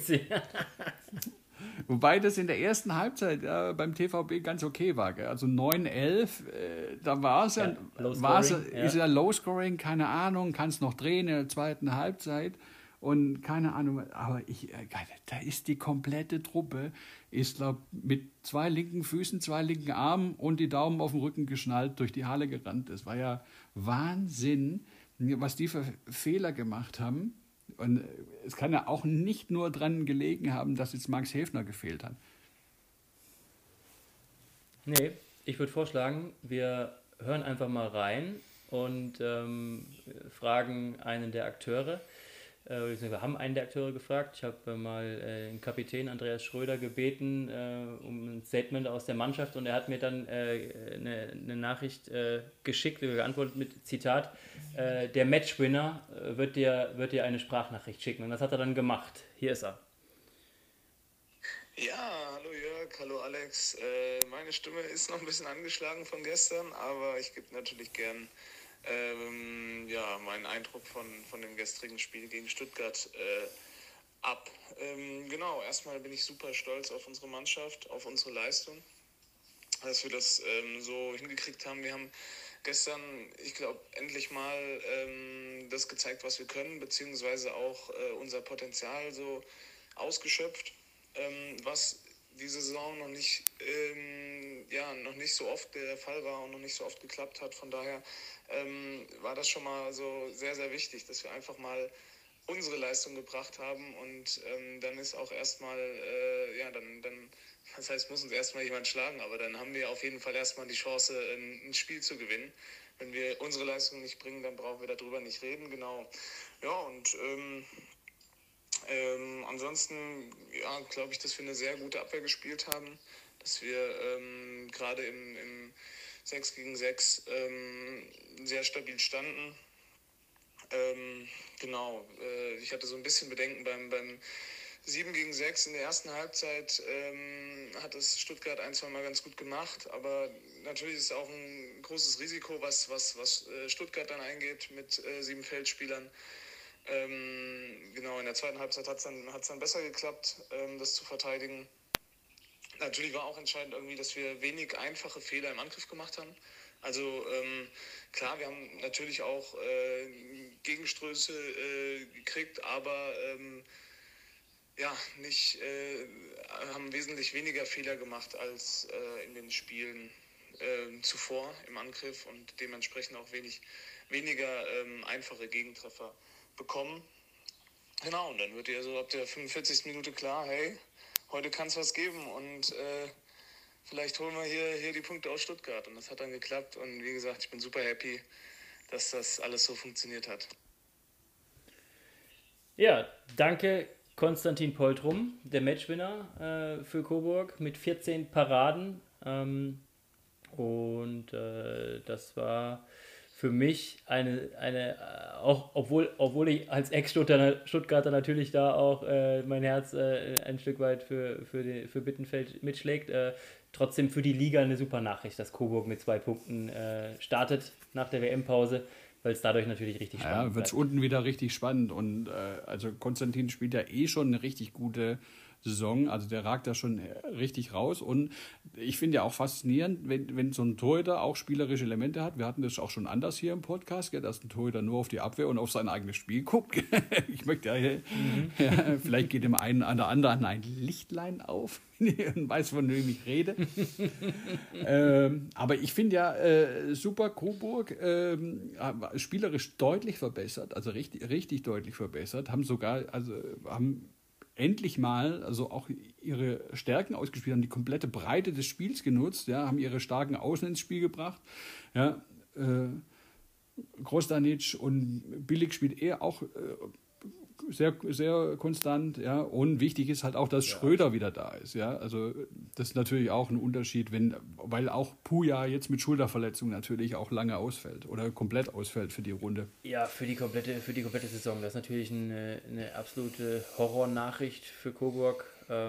Wobei das in der ersten Halbzeit beim TVB ganz okay war. Gell? Also 9-11, da war es ist ja Low-Scoring, keine Ahnung, kann es noch drehen in der zweiten Halbzeit. Und keine Ahnung, aber da ist die komplette Truppe, ist glaub, mit 2 linken Füßen, 2 linken Armen und die Daumen auf dem Rücken geschnallt durch die Halle gerannt. Das war ja Wahnsinn, was die für Fehler gemacht haben. Und es kann ja auch nicht nur dran gelegen haben, dass jetzt Max Häfner gefehlt hat. Nee, ich würde vorschlagen, wir hören einfach mal rein und fragen einen der Akteure. Wir haben einen der Akteure gefragt. Ich habe mal den Kapitän Andreas Schröder gebeten um ein Statement aus der Mannschaft und er hat mir dann eine Nachricht geschickt, geantwortet mit Zitat, der Matchwinner wird dir eine Sprachnachricht schicken und das hat er dann gemacht. Hier ist er. Ja, hallo Jörg, hallo Alex. Meine Stimme ist noch ein bisschen angeschlagen von gestern, aber ich gebe natürlich gern ja, meinen Eindruck von dem gestrigen Spiel gegen Stuttgart ab. Genau, erstmal bin ich super stolz auf unsere Mannschaft, auf unsere Leistung, dass wir das so hingekriegt haben. Wir haben gestern, ich glaube, endlich mal das gezeigt, was wir können, beziehungsweise auch unser Potenzial so ausgeschöpft, was diese Saison noch nicht so oft der Fall war und noch nicht so oft geklappt hat. Von daher war das schon mal so sehr, sehr wichtig, dass wir einfach mal unsere Leistung gebracht haben und dann ist auch erstmal, das heißt, muss uns erstmal jemand schlagen, aber dann haben wir auf jeden Fall erstmal die Chance, ein Spiel zu gewinnen. Wenn wir unsere Leistung nicht bringen, dann brauchen wir darüber nicht reden, genau. Ja, und ansonsten, ja, glaube ich, dass wir eine sehr gute Abwehr gespielt haben, dass wir gerade im 6 gegen 6 sehr stabil standen. Genau, ich hatte so ein bisschen Bedenken beim 7 gegen 6 in der ersten Halbzeit hat es Stuttgart ein, zwei Mal ganz gut gemacht, aber natürlich ist es auch ein großes Risiko, was Stuttgart dann eingeht mit 7 Feldspielern. Genau, in der zweiten Halbzeit hat es dann besser geklappt, das zu verteidigen. Natürlich war auch entscheidend irgendwie, dass wir wenig einfache Fehler im Angriff gemacht haben. Also klar, wir haben natürlich auch Gegenstöße gekriegt, aber ja, haben wesentlich weniger Fehler gemacht als in den Spielen zuvor im Angriff und dementsprechend auch weniger einfache Gegentreffer bekommen. Genau, und dann wird dir so ab der 45. Minute klar, hey, heute kann es was geben und vielleicht holen wir hier die Punkte aus Stuttgart. Und das hat dann geklappt und wie gesagt, ich bin super happy, dass das alles so funktioniert hat. Ja, danke Konstantin Poltrum, der Matchwinner für Coburg mit 14 Paraden. Das war für mich auch obwohl ich als Ex-Stuttgarter natürlich da auch mein Herz ein Stück weit für Bittenfeld mitschlägt, trotzdem für die Liga eine super Nachricht, dass Coburg mit 2 Punkten startet nach der WM-Pause, weil es dadurch natürlich richtig spannend Ja, wird es bleibt. unten wieder richtig spannend. Und also Konstantin spielt ja eh schon eine richtig gute Saison. Also der ragt da schon richtig raus. Und ich finde ja auch faszinierend, wenn so ein Torhüter auch spielerische Elemente hat. Wir hatten das auch schon anders hier im Podcast, gell, dass ein Torhüter nur auf die Abwehr und auf sein eigenes Spiel guckt. Ich möchte ja, vielleicht geht dem einen oder anderen ein Lichtlein auf und weiß, von wem ich rede. Aber ich finde ja super Coburg spielerisch deutlich verbessert, also richtig, richtig deutlich verbessert, haben endlich mal also auch ihre Stärken ausgespielt, haben die komplette Breite des Spiels genutzt, ja, haben ihre starken Außen ins Spiel gebracht. Ja, Grostanic und Billig spielt auch sehr, sehr konstant, ja. Und wichtig ist halt auch, dass Schröder wieder da ist, ja. Also das ist natürlich auch ein Unterschied, weil auch Puja jetzt mit Schulterverletzung natürlich auch lange ausfällt oder komplett ausfällt für die Runde. Ja, für die komplette Saison. Das ist natürlich eine absolute Horrornachricht für Coburg.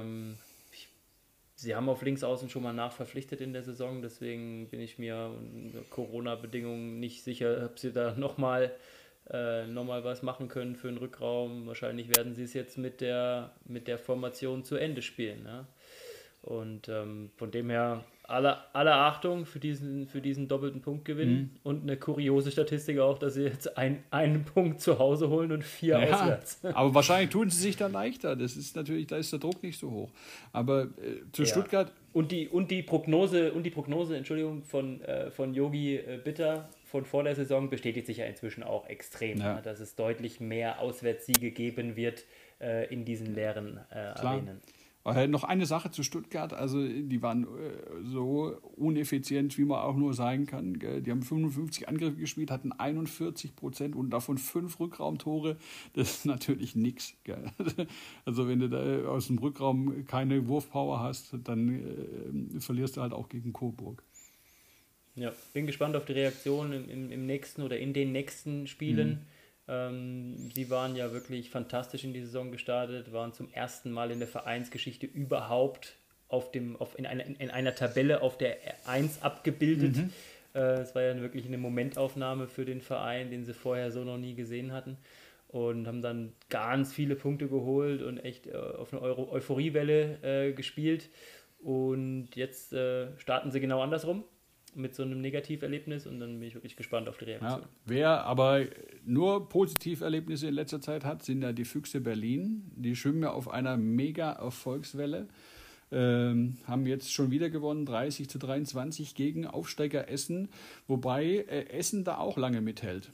Sie haben auf Linksaußen schon mal nachverpflichtet in der Saison, deswegen bin ich mir unter Corona-Bedingungen nicht sicher, ob sie da noch mal was machen können für den Rückraum. Wahrscheinlich werden sie es jetzt mit der Formation zu Ende spielen. Ja? Und von dem her alle Achtung für diesen doppelten Punktgewinn und eine kuriose Statistik auch, dass sie jetzt einen Punkt zu Hause holen und 4 Ja, auswärts. aber wahrscheinlich tun sie sich da leichter. Das ist natürlich, da ist der Druck nicht so hoch. Aber zu Ja. Stuttgart. Und die Prognose, Entschuldigung, von Yogi Bitter von vor der Saison bestätigt sich ja inzwischen auch extrem, Ja. dass es deutlich mehr Auswärtssiege geben wird in diesen leeren Arenen. Noch eine Sache zu Stuttgart, also die waren so uneffizient, wie man auch nur sein kann. Gell? Die haben 55 Angriffe gespielt, hatten 41% und davon 5 Rückraumtore. Das ist natürlich nichts. Also wenn du da aus dem Rückraum keine Wurfpower hast, dann verlierst du halt auch gegen Coburg. Ja, bin gespannt auf die Reaktion im nächsten oder in den nächsten Spielen. Sie waren ja wirklich fantastisch in die Saison gestartet, waren zum ersten Mal in der Vereinsgeschichte überhaupt in einer Tabelle auf der 1 abgebildet. Es war ja wirklich eine Momentaufnahme für den Verein, den sie vorher so noch nie gesehen hatten. Und haben dann ganz viele Punkte geholt und echt auf eine Euphoriewelle gespielt. Und jetzt starten sie genau andersrum mit so einem Negativerlebnis und dann bin ich wirklich gespannt auf die Reaktion. Ja, wer aber nur Positiverlebnisse in letzter Zeit hat, sind ja die Füchse Berlin. Die schwimmen ja auf einer Mega-Erfolgswelle. Haben jetzt schon wieder gewonnen, 30-23 gegen Aufsteiger Essen, wobei Essen da auch lange mithält.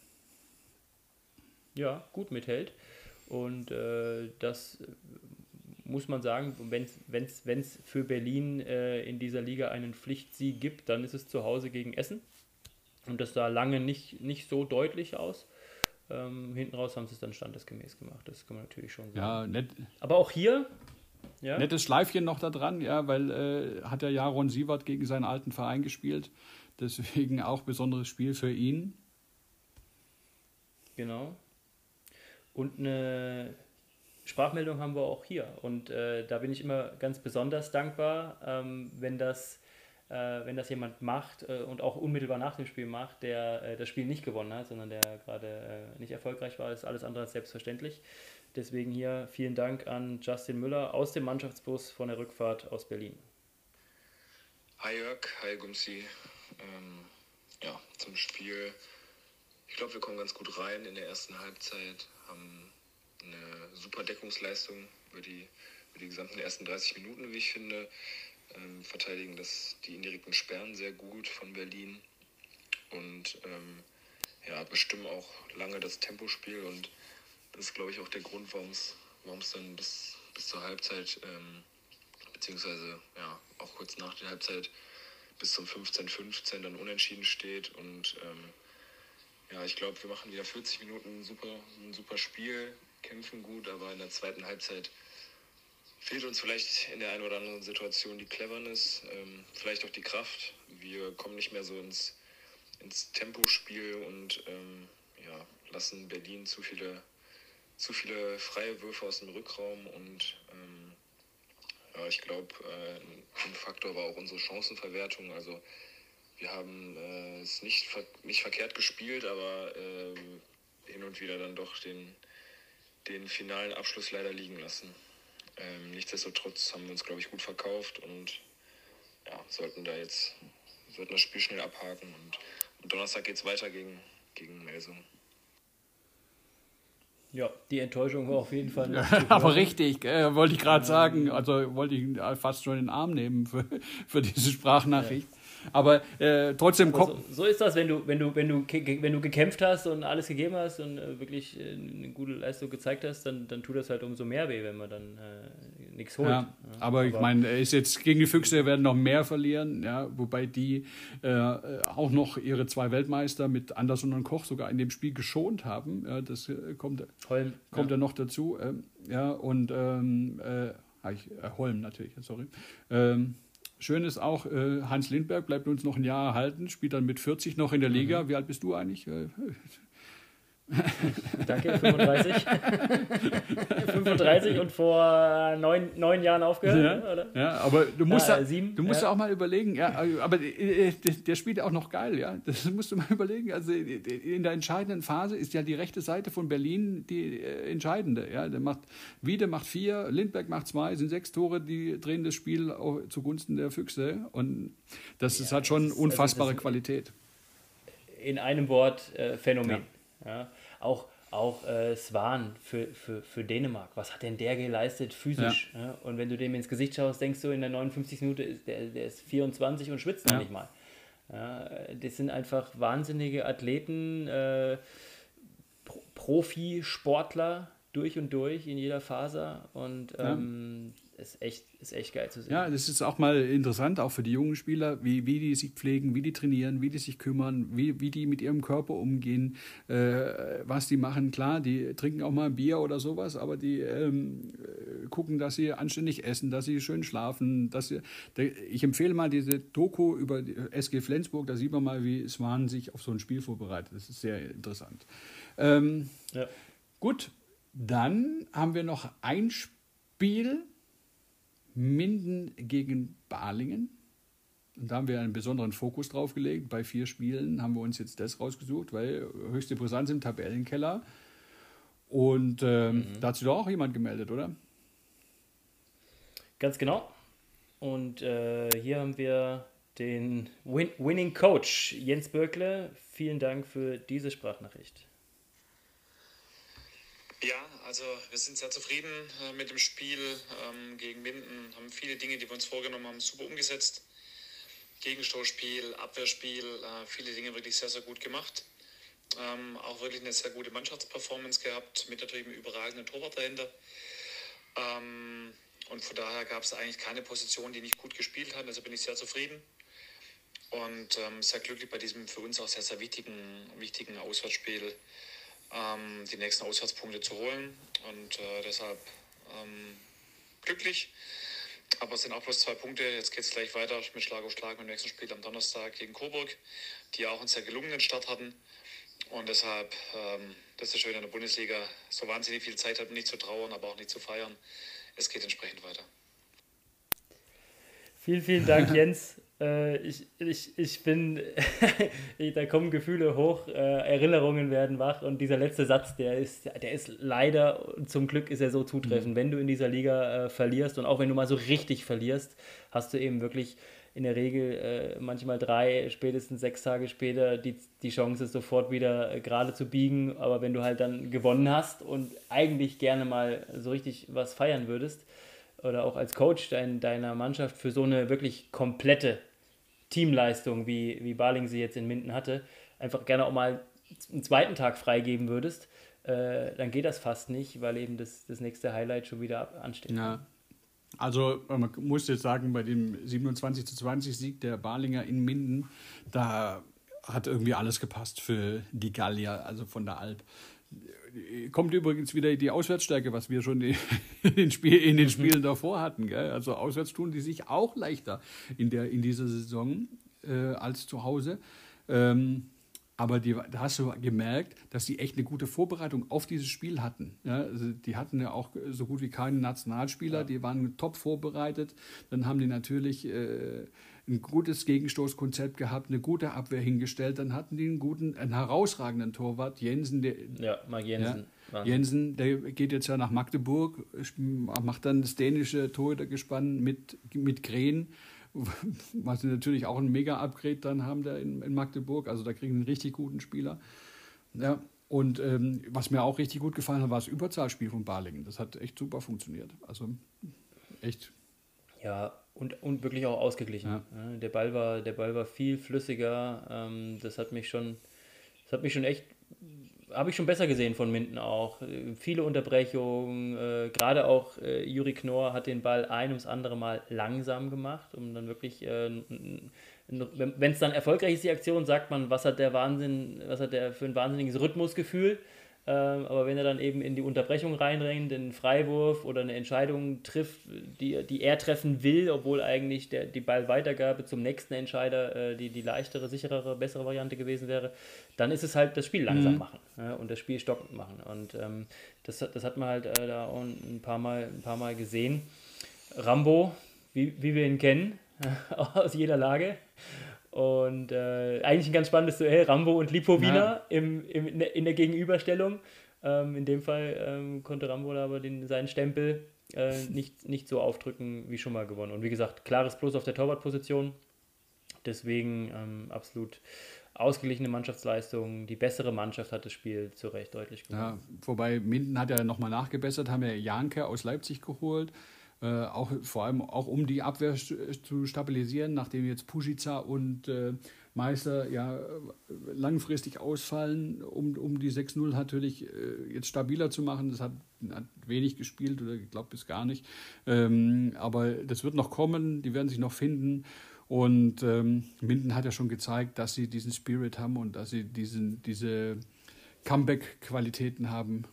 Ja, gut mithält. Und das muss man sagen, wenn es für Berlin in dieser Liga einen Pflichtsieg gibt, dann ist es zu Hause gegen Essen. Und das sah lange nicht so deutlich aus. Hinten raus haben sie es dann standesgemäß gemacht, das kann man natürlich schon sagen. Ja, nett. Aber auch hier... Ja. Nettes Schleifchen noch da dran, ja, weil hat der Jaron Siewert gegen seinen alten Verein gespielt. Deswegen auch besonderes Spiel für ihn. Genau. Und eine Sprachmeldung haben wir auch hier. Und da bin ich immer ganz besonders dankbar, wenn das jemand macht und auch unmittelbar nach dem Spiel macht, der das Spiel nicht gewonnen hat, sondern der gerade nicht erfolgreich war. Das ist alles andere als selbstverständlich. Deswegen hier vielen Dank an Justin Müller aus dem Mannschaftsbus von der Rückfahrt aus Berlin. Hi Jörg, hi Gumsi. Zum Spiel. Ich glaube, wir kommen ganz gut rein in der ersten Halbzeit, haben eine super Deckungsleistung über die gesamten ersten 30 Minuten, wie ich finde. Verteidigen die indirekten Sperren sehr gut von Berlin und bestimmen auch lange das Tempospiel und das ist, glaube ich, auch der Grund, warum es dann bis zur Halbzeit, beziehungsweise auch kurz nach der Halbzeit bis zum 15:15 dann unentschieden steht. Und ich glaube, wir machen wieder 40 Minuten ein super Spiel, kämpfen gut, aber in der zweiten Halbzeit fehlt uns vielleicht in der einen oder anderen Situation die Cleverness, vielleicht auch die Kraft. Wir kommen nicht mehr so ins Tempospiel und lassen Berlin zu viele freie Würfe aus dem Rückraum und ich glaube, ein Faktor war auch unsere Chancenverwertung. Also wir haben es nicht verkehrt gespielt, aber hin und wieder dann doch den finalen Abschluss leider liegen lassen. Nichtsdestotrotz haben wir uns, glaube ich, gut verkauft und sollten das Spiel schnell abhaken. Und am Donnerstag geht es weiter gegen Melsung. Ja, die Enttäuschung war auf jeden Fall. Aber richtig, wollte ich gerade sagen. Also wollte ich fast schon in den Arm nehmen für diese Sprachnachricht. Ja. Aber trotzdem kommt. So ist das, wenn du gekämpft hast und alles gegeben hast und wirklich eine gute Leistung gezeigt hast, dann tut das halt umso mehr weh, wenn man dann nichts holt. Ja, aber ich meine, ist jetzt gegen die Füchse werden noch mehr verlieren, ja, wobei die auch noch ihre 2 Weltmeister mit Andersson und Koch sogar in dem Spiel geschont haben. Ja, das kommt ja noch dazu. Holm natürlich, sorry. Schön ist auch, Hans Lindberg bleibt uns noch ein Jahr erhalten, spielt dann mit 40 noch in der Liga. Wie alt bist du eigentlich? Danke, 35. 35 und vor 9 Jahren aufgehört, ja, oder? Ja, aber du musst ja auch mal überlegen, ja, aber der spielt ja auch noch geil, ja. Das musst du mal überlegen. Also in der entscheidenden Phase ist ja die rechte Seite von Berlin die entscheidende. Ja. Wiede macht 4, Lindberg macht 2, sind 6 Tore, die drehen das Spiel zugunsten der Füchse. Und das ist halt schon unfassbare Qualität. In einem Wort Phänomen. Ja. Auch Swan für Dänemark. Was hat denn der geleistet physisch? Ja. Ja? Und wenn du dem ins Gesicht schaust, denkst du, in der 59. Minute der ist 24 und schwitzt noch nicht mal. Ja, das sind einfach wahnsinnige Athleten, Profisportler durch und durch in jeder Faser und ist echt geil zu sehen. Ja, das ist auch mal interessant, auch für die jungen Spieler, wie die sich pflegen, wie die trainieren, wie die sich kümmern, wie die mit ihrem Körper umgehen, was die machen. Klar, die trinken auch mal ein Bier oder sowas, aber die gucken, dass sie anständig essen, dass sie schön schlafen. Ich empfehle mal diese Doku über die SG Flensburg, da sieht man mal, wie Swan sich auf so ein Spiel vorbereitet. Das ist sehr interessant. Ja. Gut, dann haben wir noch ein Spiel, Minden gegen Balingen. Und da haben wir einen besonderen Fokus drauf gelegt. Bei 4 Spielen haben wir uns jetzt das rausgesucht, weil höchste Brisanz im Tabellenkeller. Und da hat sich doch auch jemand gemeldet, oder? Ganz genau. Und hier haben wir den Winning Coach Jens Bürkle. Vielen Dank für diese Sprachnachricht. Ja, also wir sind sehr zufrieden mit dem Spiel gegen Minden, haben viele Dinge, die wir uns vorgenommen haben, super umgesetzt. Gegenstoßspiel, Abwehrspiel, viele Dinge wirklich sehr, sehr gut gemacht. Auch wirklich eine sehr gute Mannschaftsperformance gehabt, mit natürlich einem überragenden Torwart dahinter. Und von daher gab es eigentlich keine Position, die nicht gut gespielt hat, also bin ich sehr zufrieden. Und sehr glücklich bei diesem für uns auch sehr, sehr wichtigen Auswärtsspiel die nächsten Auswärtspunkte zu holen und deshalb glücklich. Aber es sind auch bloß 2 Punkte. Jetzt geht es gleich weiter mit Schlag auf Schlag mit dem nächsten Spiel am Donnerstag gegen Coburg, die auch einen sehr gelungenen Start hatten. Und deshalb, das ist schön in der Bundesliga, so wahnsinnig viel Zeit hat, nicht zu trauern, aber auch nicht zu feiern. Es geht entsprechend weiter. Vielen, vielen Dank, Jens. Ich bin, da kommen Gefühle hoch, Erinnerungen werden wach und dieser letzte Satz, der ist leider, zum Glück ist er so zutreffend. Wenn du in dieser Liga verlierst und auch wenn du mal so richtig verlierst, hast du eben wirklich in der Regel manchmal 3, spätestens 6 Tage später die Chance, sofort wieder gerade zu biegen. Aber wenn du halt dann gewonnen hast und eigentlich gerne mal so richtig was feiern würdest, oder auch als Coach deiner Mannschaft für so eine wirklich komplette Teamleistung, wie Balingen sie jetzt in Minden hatte, einfach gerne auch mal einen zweiten Tag freigeben würdest, dann geht das fast nicht, weil eben das nächste Highlight schon wieder ansteht. Ja. Also man muss jetzt sagen, bei dem 27:20 Sieg der Balinger in Minden, da hat irgendwie alles gepasst für die Gallier, also von der Alp. Kommt übrigens wieder die Auswärtsstärke, was wir schon in den Spielen davor hatten. Gell? Also auswärts tun die sich auch leichter in dieser Saison als zu Hause. Aber da hast du gemerkt, dass die echt eine gute Vorbereitung auf dieses Spiel hatten. Ja, also die hatten ja auch so gut wie keinen Nationalspieler, ja. Die waren top vorbereitet. Dann haben die natürlich ein gutes Gegenstoßkonzept gehabt, eine gute Abwehr hingestellt. Dann hatten die einen herausragenden Torwart, Jensen. Marc Jensen. Ja, Jensen, der geht jetzt ja nach Magdeburg, macht dann das dänische Torhütergespann mit Green, was sie natürlich auch ein Mega-Upgrade dann haben da in Magdeburg. Also da kriegen sie einen richtig guten Spieler. Ja, und was mir auch richtig gut gefallen hat, war das Überzahlspiel von Balingen. Das hat echt super funktioniert. Also echt. Ja, und wirklich auch ausgeglichen. Ja. Der Ball war viel flüssiger. Das hat mich schon echt, habe ich schon besser gesehen von Minden auch. Viele Unterbrechungen, gerade auch Juri Knorr hat den Ball ein ums andere Mal langsam gemacht, um dann wirklich, wenn es dann erfolgreich ist, die Aktion, sagt man, was hat der für ein wahnsinniges Rhythmusgefühl. Aber wenn er dann eben in die Unterbrechung reinrennt, einen Freiwurf oder eine Entscheidung trifft, die er treffen will, obwohl eigentlich die Ballweitergabe zum nächsten Entscheider die leichtere, sicherere, bessere Variante gewesen wäre, dann ist es halt das Spiel langsam machen und das Spiel stockend machen. Und das hat man halt da auch ein paar Mal gesehen. Rambo, wie wir ihn kennen, aus jeder Lage. Und eigentlich ein ganz spannendes Duell, Rambo und Lipovina in der Gegenüberstellung. In dem Fall konnte Rambo aber seinen Stempel nicht so aufdrücken wie schon mal gewonnen. Und wie gesagt, klares Plus auf der Torwartposition. Deswegen absolut ausgeglichene Mannschaftsleistung. Die bessere Mannschaft hat das Spiel zu Recht deutlich gewonnen. Ja, wobei Minden hat ja nochmal nachgebessert, haben ja Janke aus Leipzig geholt. Vor allem auch um die Abwehr zu stabilisieren, nachdem jetzt Pušica und Meister ja langfristig ausfallen, um die 6-0 natürlich jetzt stabiler zu machen. Das hat wenig gespielt oder ich glaube bis gar nicht. Aber das wird noch kommen, die werden sich noch finden. Und Minden hat ja schon gezeigt, dass sie diesen Spirit haben und dass sie diese Comeback-Qualitäten haben.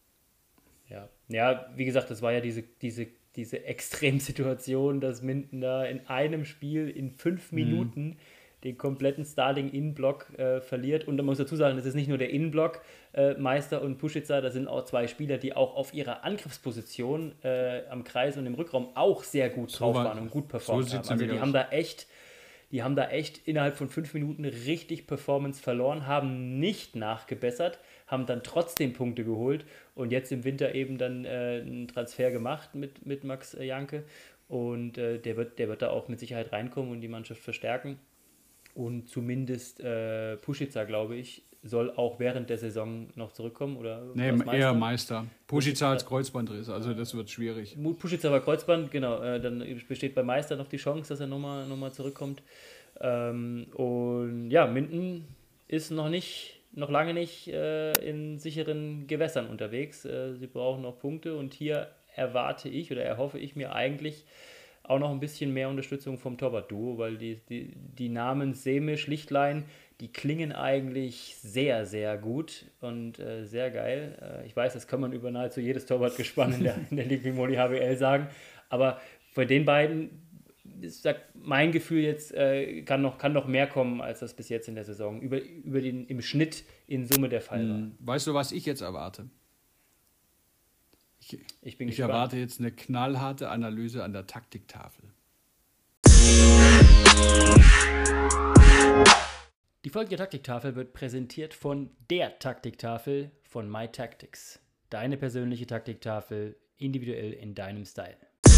Ja, wie gesagt, das war ja diese Extremsituation, dass Minden da in einem Spiel in 5 Minuten den kompletten Starting-Innenblock verliert. Und man muss dazu sagen, das ist nicht nur der Innenblock, Meister und Puschitzer, da sind auch zwei Spieler, die auch auf ihrer Angriffsposition am Kreis und im Rückraum auch sehr gut drauf waren und gut performt haben. Also die haben da echt innerhalb von 5 Minuten richtig Performance verloren, haben nicht nachgebessert, haben dann trotzdem Punkte geholt und jetzt im Winter eben dann einen Transfer gemacht mit Max Janke. Und der wird da auch mit Sicherheit reinkommen und die Mannschaft verstärken. Und zumindest Puschitzer, glaube ich, soll auch während der Saison noch zurückkommen. Oder nee, eher Meister. Puschitzer als Kreuzbandriss, also das wird schwierig. Puschitzer war Kreuzband, genau. Dann besteht bei Meister noch die Chance, dass er nochmal zurückkommt. Und ja, Minden ist noch lange nicht in sicheren Gewässern unterwegs. Sie brauchen noch Punkte und hier erhoffe ich mir eigentlich auch noch ein bisschen mehr Unterstützung vom Torwart-Duo, weil die Namen Semisch, Lichtlein, die klingen eigentlich sehr, sehr gut und sehr geil. Ich weiß, das kann man über nahezu jedes Torwartgespann in der Ligue Moli HBL sagen, aber bei den beiden, sagt mein Gefühl jetzt, kann noch mehr kommen, als das bis jetzt in der Saison im Schnitt in Summe der Fall war. Weißt du, was ich jetzt erwarte? Ich bin Ich gespannt. erwarte jetzt eine knallharte Analyse an der Taktiktafel. Die folgende Taktiktafel wird präsentiert von der Taktiktafel von MyTactics. Deine persönliche Taktiktafel, individuell in deinem Style.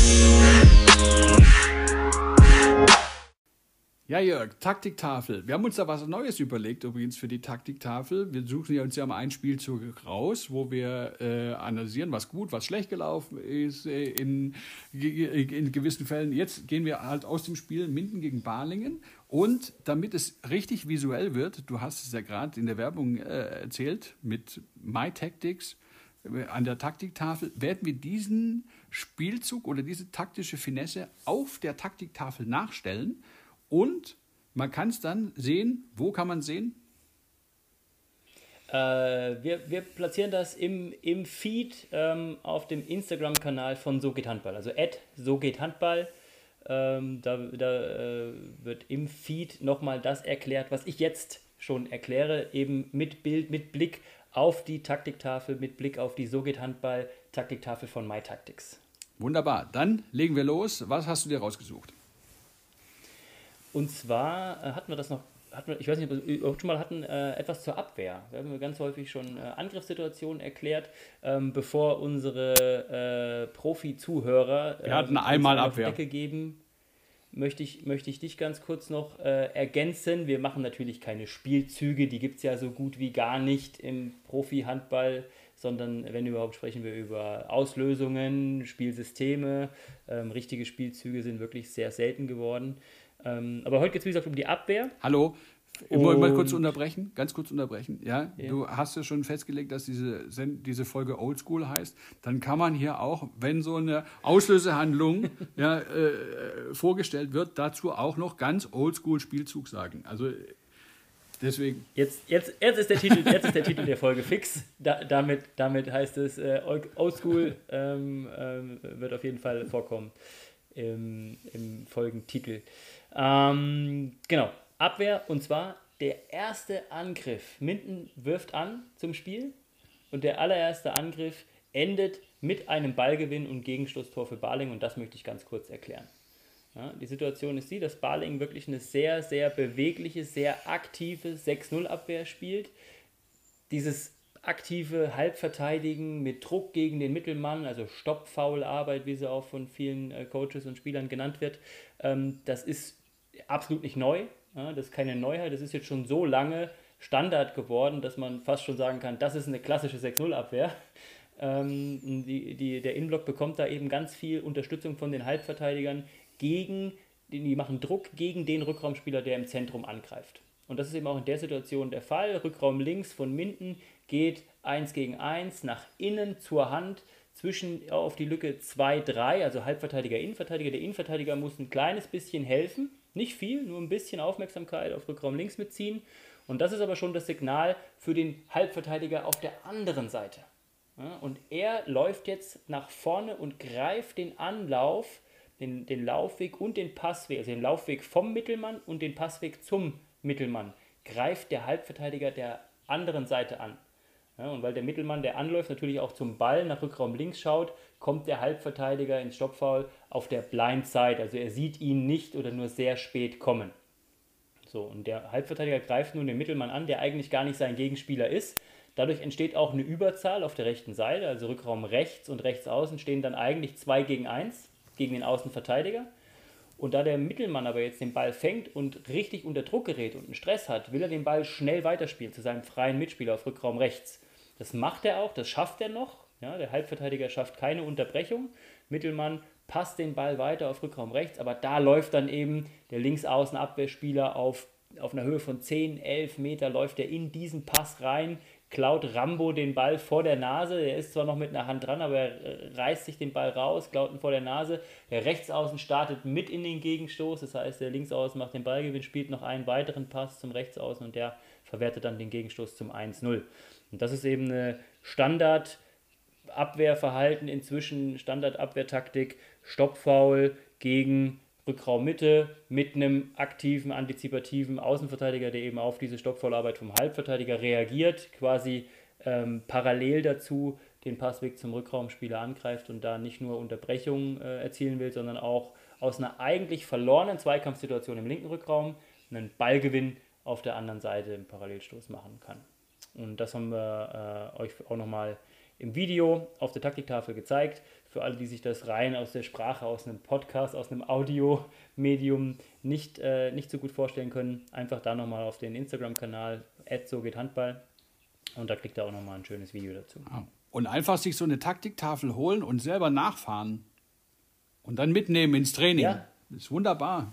Ja, Jörg, Taktiktafel. Wir haben uns da was Neues überlegt, übrigens für die Taktiktafel. Wir suchen uns ja mal einen Spielzug raus, wo wir analysieren, was gut, was schlecht gelaufen ist in gewissen Fällen. Jetzt gehen wir halt aus dem Spiel Minden gegen Balingen. Und damit es richtig visuell wird, du hast es ja gerade in der Werbung erzählt, mit MyTactics an der Taktiktafel, werden wir diesen Spielzug oder diese taktische Finesse auf der Taktiktafel nachstellen. Und man kann es dann sehen. Wo kann man sehen? Wir platzieren das im Feed auf dem Instagram-Kanal von So geht Handball. Also @SoGehtHandball. Da wird im Feed nochmal das erklärt, was ich jetzt schon erkläre, eben mit Bild, mit Blick auf die Taktiktafel, mit Blick auf die So geht Handball Taktiktafel von MyTactics. Wunderbar. Dann legen wir los. Was hast du dir rausgesucht? Und zwar hatten wir das noch, ich weiß nicht, ob wir schon mal hatten, etwas zur Abwehr. Wir haben ganz häufig schon Angriffssituationen erklärt, bevor unsere Profi-Zuhörer wir hatten einmal auf die Abwehr. Decke geben, möchte ich dich ganz kurz noch ergänzen. Wir machen natürlich keine Spielzüge, die gibt es ja so gut wie gar nicht im Profi-Handball, sondern wenn überhaupt sprechen wir über Auslösungen, Spielsysteme. Richtige Spielzüge sind wirklich sehr selten geworden. Aber heute geht es, wie gesagt, um die Abwehr. Hallo, ich wollte mal kurz unterbrechen, ganz kurz unterbrechen. Ja? Du hast ja schon festgelegt, dass diese Folge Oldschool heißt. Dann kann man hier auch, wenn so eine Auslösehandlung vorgestellt wird, dazu auch noch ganz Oldschool-Spielzug sagen. Also deswegen. Jetzt ist der Titel der Folge fix. Damit heißt es, Oldschool wird auf jeden Fall vorkommen im Folgentitel. Genau, Abwehr, und zwar der erste Angriff. Minden wirft an zum Spiel und der allererste Angriff endet mit einem Ballgewinn und Gegenstoßtor für Balingen, und das möchte ich ganz kurz erklären. Ja, die Situation ist die, dass Balingen wirklich eine sehr, sehr bewegliche, sehr aktive 6-0-Abwehr spielt. Dieses aktive Halbverteidigen mit Druck gegen den Mittelmann, also Stopp-Foul-Arbeit, wie sie auch von vielen Coaches und Spielern genannt wird, das ist absolut nicht neu. Ja, das ist keine Neuheit, das ist jetzt schon so lange Standard geworden, dass man fast schon sagen kann, das ist eine klassische 6-0-Abwehr. Der Innenblock bekommt da eben ganz viel Unterstützung von den Halbverteidigern die machen Druck gegen den Rückraumspieler, der im Zentrum angreift. Und das ist eben auch in der Situation der Fall. Rückraum links von Minden geht 1 gegen 1 nach innen zur Hand auf die Lücke 2-3, also Halbverteidiger, Innenverteidiger. Der Innenverteidiger muss ein kleines bisschen helfen, nicht viel, nur ein bisschen Aufmerksamkeit auf Rückraum links mitziehen. Und das ist aber schon das Signal für den Halbverteidiger auf der anderen Seite. Ja, und er läuft jetzt nach vorne und greift den Anlauf den Laufweg und den Passweg, also den Laufweg vom Mittelmann und den Passweg zum Mittelmann, greift der Halbverteidiger der anderen Seite an. Ja, und weil der Mittelmann, der anläuft, natürlich auch zum Ball nach Rückraum links schaut, kommt der Halbverteidiger ins Stoppfoul auf der Blind Side. Also er sieht ihn nicht oder nur sehr spät kommen. So, und der Halbverteidiger greift nun den Mittelmann an, der eigentlich gar nicht sein Gegenspieler ist. Dadurch entsteht auch eine Überzahl auf der rechten Seite, also Rückraum rechts und rechts außen stehen dann eigentlich 2 gegen 1 gegen den Außenverteidiger. Und da der Mittelmann aber jetzt den Ball fängt und richtig unter Druck gerät und einen Stress hat, will er den Ball schnell weiterspielen zu seinem freien Mitspieler auf Rückraum rechts. Das macht er auch, das schafft er noch. Ja, der Halbverteidiger schafft keine Unterbrechung. Mittelmann passt den Ball weiter auf Rückraum rechts, aber da läuft dann eben der Linksaußenabwehrspieler auf einer Höhe von 10, 11 Meter, läuft er in diesen Pass rein, klaut Rambo den Ball vor der Nase. Der ist zwar noch mit einer Hand dran, aber er reißt sich den Ball raus, klaut ihn vor der Nase. Der Rechtsaußen startet mit in den Gegenstoß, das heißt, der Linksaußen macht den Ballgewinn, spielt noch einen weiteren Pass zum Rechtsaußen und der verwertet dann den Gegenstoß zum 1-0. Und das ist eben eine Standardabwehrverhalten inzwischen, Standardabwehrtaktik, Stoppfoul gegen Rückraummitte mit einem aktiven, antizipativen Außenverteidiger, der eben auf diese Stoppfoularbeit vom Halbverteidiger reagiert, quasi parallel dazu den Passweg zum Rückraumspieler angreift und da nicht nur Unterbrechungen erzielen will, sondern auch aus einer eigentlich verlorenen Zweikampfsituation im linken Rückraum einen Ballgewinn auf der anderen Seite im Parallelstoß machen kann. Und das haben wir euch auch nochmal im Video auf der Taktiktafel gezeigt. Für alle, die sich das rein aus der Sprache, aus einem Podcast, aus einem Audiomedium nicht so gut vorstellen können, einfach da nochmal auf den Instagram-Kanal @sogehthandball und da kriegt ihr auch nochmal ein schönes Video dazu. Und einfach sich so eine Taktiktafel holen und selber nachfahren und dann mitnehmen ins Training. Ja. Das ist wunderbar.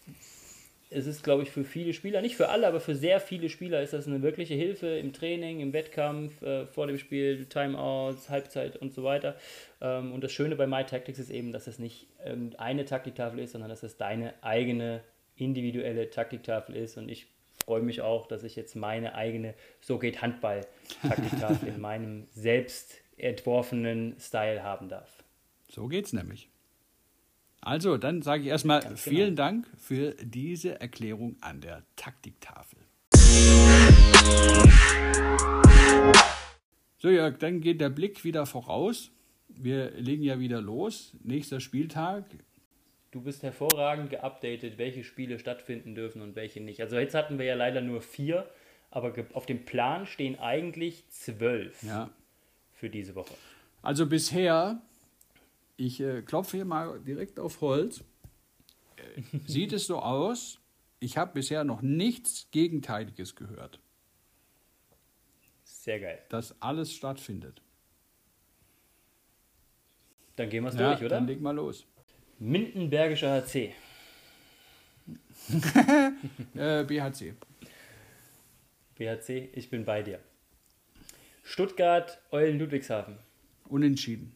Es ist, glaube ich, für viele Spieler, nicht für alle, aber für sehr viele Spieler ist das eine wirkliche Hilfe im Training, im Wettkampf, vor dem Spiel, Timeouts, Halbzeit und so weiter. Und das Schöne bei MyTactics ist eben, dass es nicht eine Taktiktafel ist, sondern dass es deine eigene individuelle Taktiktafel ist. Und ich freue mich auch, dass ich jetzt meine eigene So geht Handball-Taktiktafel in meinem selbst entworfenen Style haben darf. So geht's nämlich. Also, dann sage ich erstmal vielen Dank für diese Erklärung an der Taktiktafel. So, Jörg, dann geht der Blick wieder voraus. Wir legen ja wieder los. Nächster Spieltag. Du bist hervorragend geupdatet, welche Spiele stattfinden dürfen und welche nicht. Also jetzt hatten wir ja leider nur 4, aber auf dem Plan stehen eigentlich 12 für diese Woche. Also bisher... Ich klopfe hier mal direkt auf Holz. Sieht es so aus, ich habe bisher noch nichts Gegenteiliges gehört. Sehr geil. Dass alles stattfindet. Dann gehen wir es durch, oder? Dann leg mal los. Mindenbergischer HC. BHC. BHC, ich bin bei dir. Stuttgart, Eulen Ludwigshafen. Unentschieden.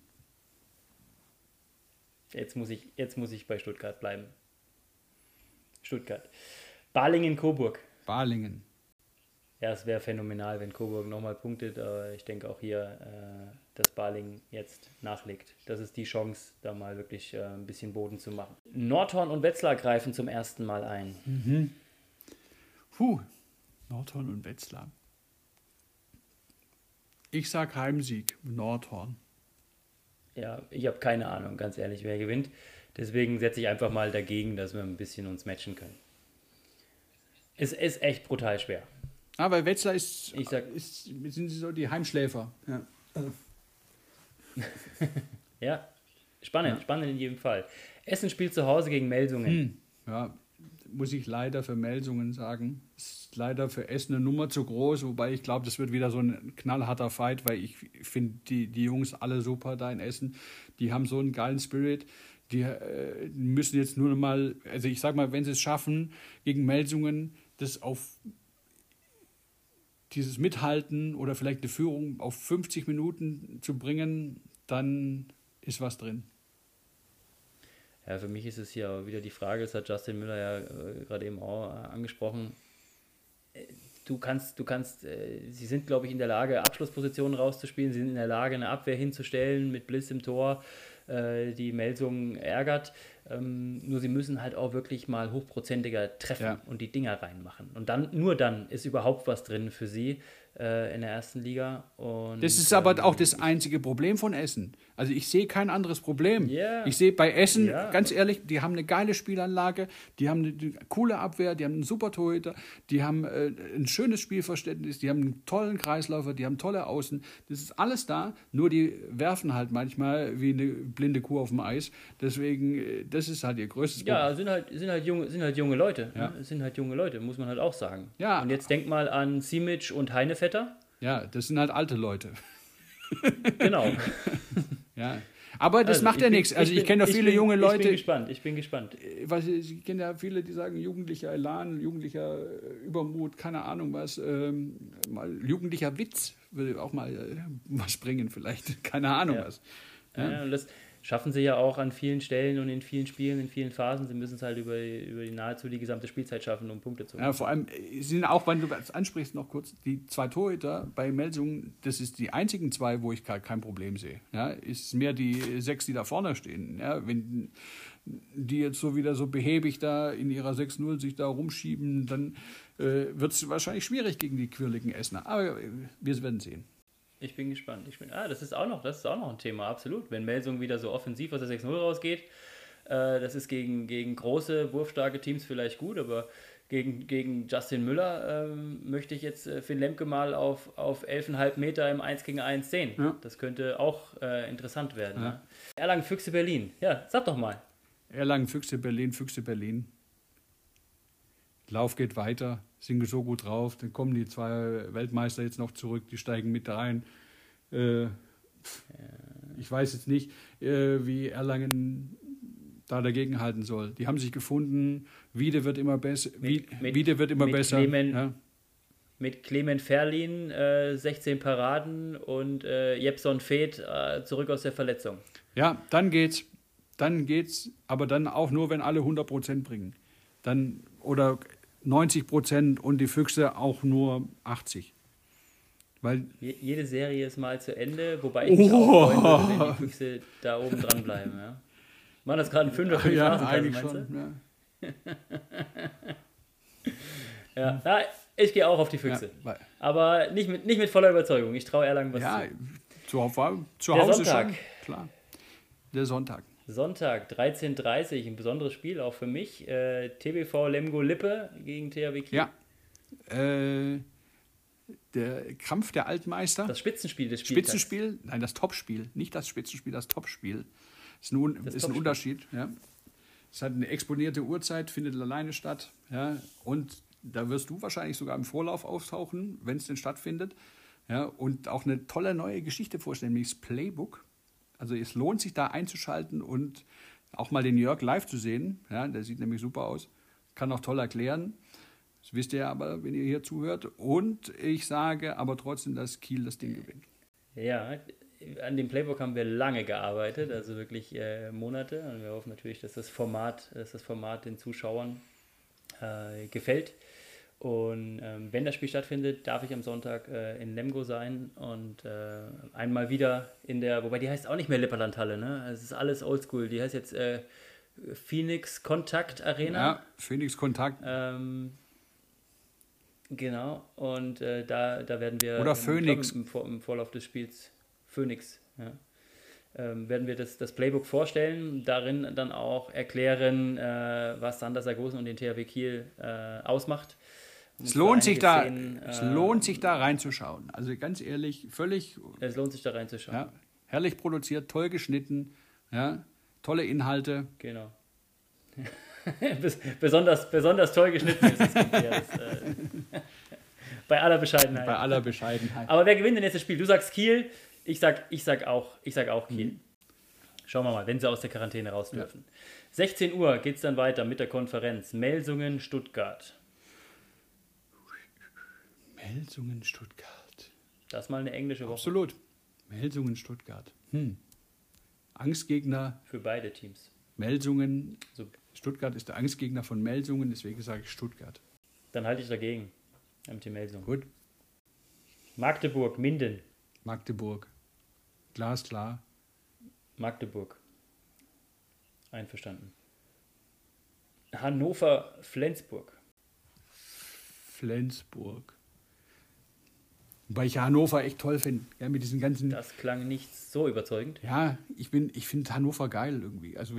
Jetzt muss ich bei Stuttgart bleiben. Stuttgart. Balingen-Coburg. Balingen. Ja, es wäre phänomenal, wenn Coburg nochmal punktet, aber ich denke auch hier, dass Balingen jetzt nachlegt. Das ist die Chance, da mal wirklich ein bisschen Boden zu machen. Nordhorn und Wetzlar greifen zum ersten Mal ein. Mhm. Nordhorn und Wetzlar. Ich sag Heimsieg, Nordhorn. Ja, ich habe keine Ahnung, ganz ehrlich, wer gewinnt. Deswegen setze ich einfach mal dagegen, dass wir ein bisschen uns matchen können. Es ist echt brutal schwer. Aber Wetzlar sind sie so die Heimschläfer. Ja, ja, spannend in jedem Fall. Essen spielt zu Hause gegen Melsungen. Ja, muss ich leider für Melsungen sagen. Ist leider für Essen eine Nummer zu groß, wobei ich glaube, das wird wieder so ein knallharter Fight, weil ich finde die Jungs alle super da in Essen. Die haben so einen geilen Spirit. Die müssen jetzt nur noch mal, also ich sag mal, wenn sie es schaffen, gegen Melsungen das auf dieses Mithalten oder vielleicht eine Führung auf 50 Minuten zu bringen, dann ist was drin. Ja, für mich ist es hier aber wieder die Frage, das hat Justin Müller ja gerade eben auch angesprochen. Sie sind, glaube ich, in der Lage, Abschlusspositionen rauszuspielen, sie sind in der Lage, eine Abwehr hinzustellen mit Bliss im Tor. die Melsungen ärgert. Nur sie müssen halt auch wirklich mal hochprozentiger treffen und die Dinger reinmachen. Und nur dann ist überhaupt was drin für sie in der ersten Liga. Und, das ist aber auch das einzige Problem von Essen. Also ich sehe kein anderes Problem. Yeah. Ich sehe bei Essen, ganz ehrlich, die haben eine geile Spielanlage, die haben eine coole Abwehr, die haben einen super Torhüter, die haben ein schönes Spielverständnis, die haben einen tollen Kreisläufer, die haben tolle Außen. Das ist alles da, nur die werfen halt manchmal wie eine blinde Kuh auf dem Eis. Deswegen, das ist halt ihr größtes Problem. Ja, sind halt junge Leute. Ja. Ne? Sind halt junge Leute, muss man halt auch sagen. Ja. Und jetzt denk mal an Simic und Heinevetter. Ja, das sind halt alte Leute. Genau. Ja. Aber das macht ja nichts. Also ich kenne ja viele junge Leute. Ich bin gespannt. Ich kenne ja viele, die sagen, jugendlicher Elan, jugendlicher Übermut, keine Ahnung was. Mal jugendlicher Witz würde auch mal was bringen vielleicht. Keine Ahnung was. Ja, und das schaffen sie ja auch an vielen Stellen und in vielen Spielen, in vielen Phasen. Sie müssen es halt über die nahezu die gesamte Spielzeit schaffen, um Punkte zu holen. Ja, vor allem sind auch, wenn du das ansprichst, noch kurz, die 2 Torhüter bei Melsungen, das ist die einzigen 2, wo ich kein Problem sehe. Ja, ist mehr die 6, die da vorne stehen. Ja, wenn die jetzt so wieder so behäbig da in ihrer 6-0 sich da rumschieben, dann wird es wahrscheinlich schwierig gegen die quirligen Essener. Aber wir werden sehen. Ich bin gespannt. Das ist auch noch ein Thema, absolut. Wenn Melsungen wieder so offensiv aus der 6-0 rausgeht, das ist gegen große, wurfstarke Teams vielleicht gut, aber gegen Justin Müller möchte ich jetzt Finn Lemke mal auf 11,5 Meter im 1 gegen 1 sehen. Ja. Das könnte auch interessant werden. Ja. Ne? Erlangen Füchse Berlin. Ja, sag doch mal. Erlangen Füchse Berlin. Lauf geht weiter, sind so gut drauf, dann kommen die 2 Weltmeister jetzt noch zurück, die steigen mit rein. Ich weiß jetzt nicht, wie Erlangen da dagegen halten soll. Die haben sich gefunden, Wiede wird immer besser. Mit Clement Ferlin 16 Paraden und Jepson Feeth zurück aus der Verletzung. Ja, dann geht's, aber dann auch nur, wenn alle 100% bringen. Dann, oder 90% und die Füchse auch nur 80%. Weil jede Serie ist mal zu Ende, wobei ich mich auch freuen würde, wenn die Füchse da oben dran bleiben. Ja? Machen das gerade ein 5 oder 5 eigentlich schon, ja. Ja, ich gehe auch auf die Füchse. Ja, aber nicht mit voller Überzeugung. Ich traue Erlangen was zu. Zu Hause schon. Klar. Der Sonntag. Sonntag, 13:30 Uhr, ein besonderes Spiel auch für mich. TBV Lemgo-Lippe gegen THW Kiel. Ja. Der Kampf der Altmeister. Das Spitzenspiel des Spiels. Spitzenspiel, nein, das Topspiel. Nicht das Spitzenspiel, das Topspiel. Ist ein Unterschied. Ja. Es hat eine exponierte Uhrzeit, findet alleine statt. Ja. Und da wirst du wahrscheinlich sogar im Vorlauf auftauchen, wenn es denn stattfindet. Ja. Und auch eine tolle neue Geschichte vorstellen, nämlich das Playbook. Also es lohnt sich da einzuschalten und auch mal den Jörg live zu sehen. Ja, der sieht nämlich super aus. Kann auch toll erklären. Das wisst ihr aber, wenn ihr hier zuhört. Und ich sage aber trotzdem, dass Kiel das Ding gewinnt. Ja, an dem Playbook haben wir lange gearbeitet, also wirklich Monate. Und wir hoffen natürlich, dass das Format den Zuschauern gefällt. Und wenn das Spiel stattfindet, darf ich am Sonntag in Lemgo sein und einmal wieder wobei die heißt auch nicht mehr Lipperlandhalle, ne? Es ist alles oldschool. Die heißt jetzt Phoenix Kontakt Arena. Ja, Phoenix Kontakt. Genau, und da werden wir oder Phoenix im Vorlauf des Spiels Phoenix, ja. Werden wir das Playbook vorstellen, darin dann auch erklären, was Sanders Sargosen und den THW Kiel ausmacht. Es lohnt sich da reinzuschauen. Also ganz ehrlich, es lohnt sich da reinzuschauen. Ja, herrlich produziert, toll geschnitten, ja, tolle Inhalte. Genau. besonders toll geschnitten ist es. Bei aller Bescheidenheit. Aber wer gewinnt denn jetzt das Spiel? Du sagst Kiel, ich sag auch Kiel. Schauen wir mal, wenn sie aus der Quarantäne raus dürfen. Ja. 16 Uhr geht es dann weiter mit der Konferenz. Melsungen, Stuttgart. Melsungen, Stuttgart. Das ist mal eine englische Woche. Absolut. Melsungen, Stuttgart. Angstgegner. Für beide Teams. Melsungen. So. Stuttgart ist der Angstgegner von Melsungen, deswegen sage ich Stuttgart. Dann halte ich dagegen. Mit den Melsungen. Gut. Magdeburg, Minden. Magdeburg. Glasklar. Magdeburg. Einverstanden. Hannover-Flensburg. Flensburg. Wobei ich Hannover echt toll finde. Ja, mit diesen ganzen. Das klang nicht so überzeugend. Ja, ich finde Hannover geil irgendwie. Also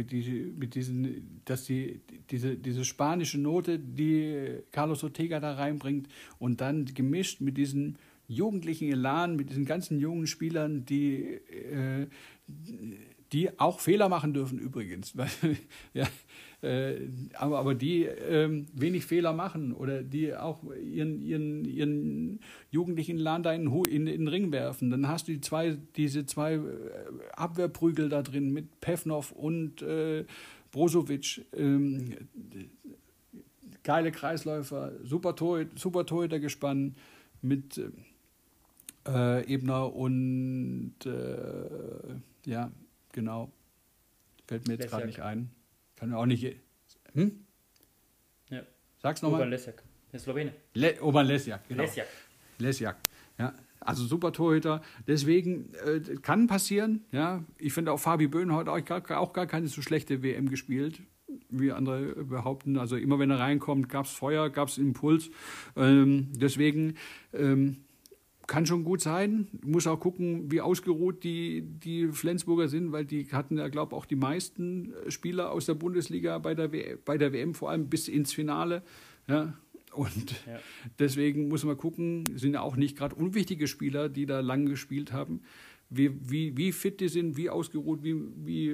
diese spanische Note, die Carlos Ortega da reinbringt und dann gemischt mit diesem jugendlichen Elan, mit diesen ganzen jungen Spielern, die auch Fehler machen dürfen übrigens. Ja, aber die wenig Fehler machen oder die auch ihren jugendlichen Elan da in den Ring werfen. Dann hast du diese zwei Abwehrprügel da drin mit Pevnov und Brozovic. Geile Kreisläufer, super Torhütergespann mit Ebner und ja, genau. Fällt mir jetzt gerade nicht ein. Kann auch nicht. Ja. Sag's nochmal. Oban Lesjak, der Slowene. Oban Lesjak, genau. Lesjak. Lesjak, ja. Also super Torhüter. Deswegen kann passieren. Ja. Ich finde auch Fabi Böhn hat auch gar keine so schlechte WM gespielt, wie andere behaupten. Also immer wenn er reinkommt, gab es Feuer, gab es Impuls. Deswegen kann schon gut sein. Muss auch gucken, wie ausgeruht die Flensburger sind, weil die hatten ja, glaube ich, auch die meisten Spieler aus der Bundesliga bei der WM, vor allem bis ins Finale. Ja. Und deswegen muss man gucken, sind ja auch nicht gerade unwichtige Spieler, die da lang gespielt haben, wie fit die sind, wie ausgeruht, wie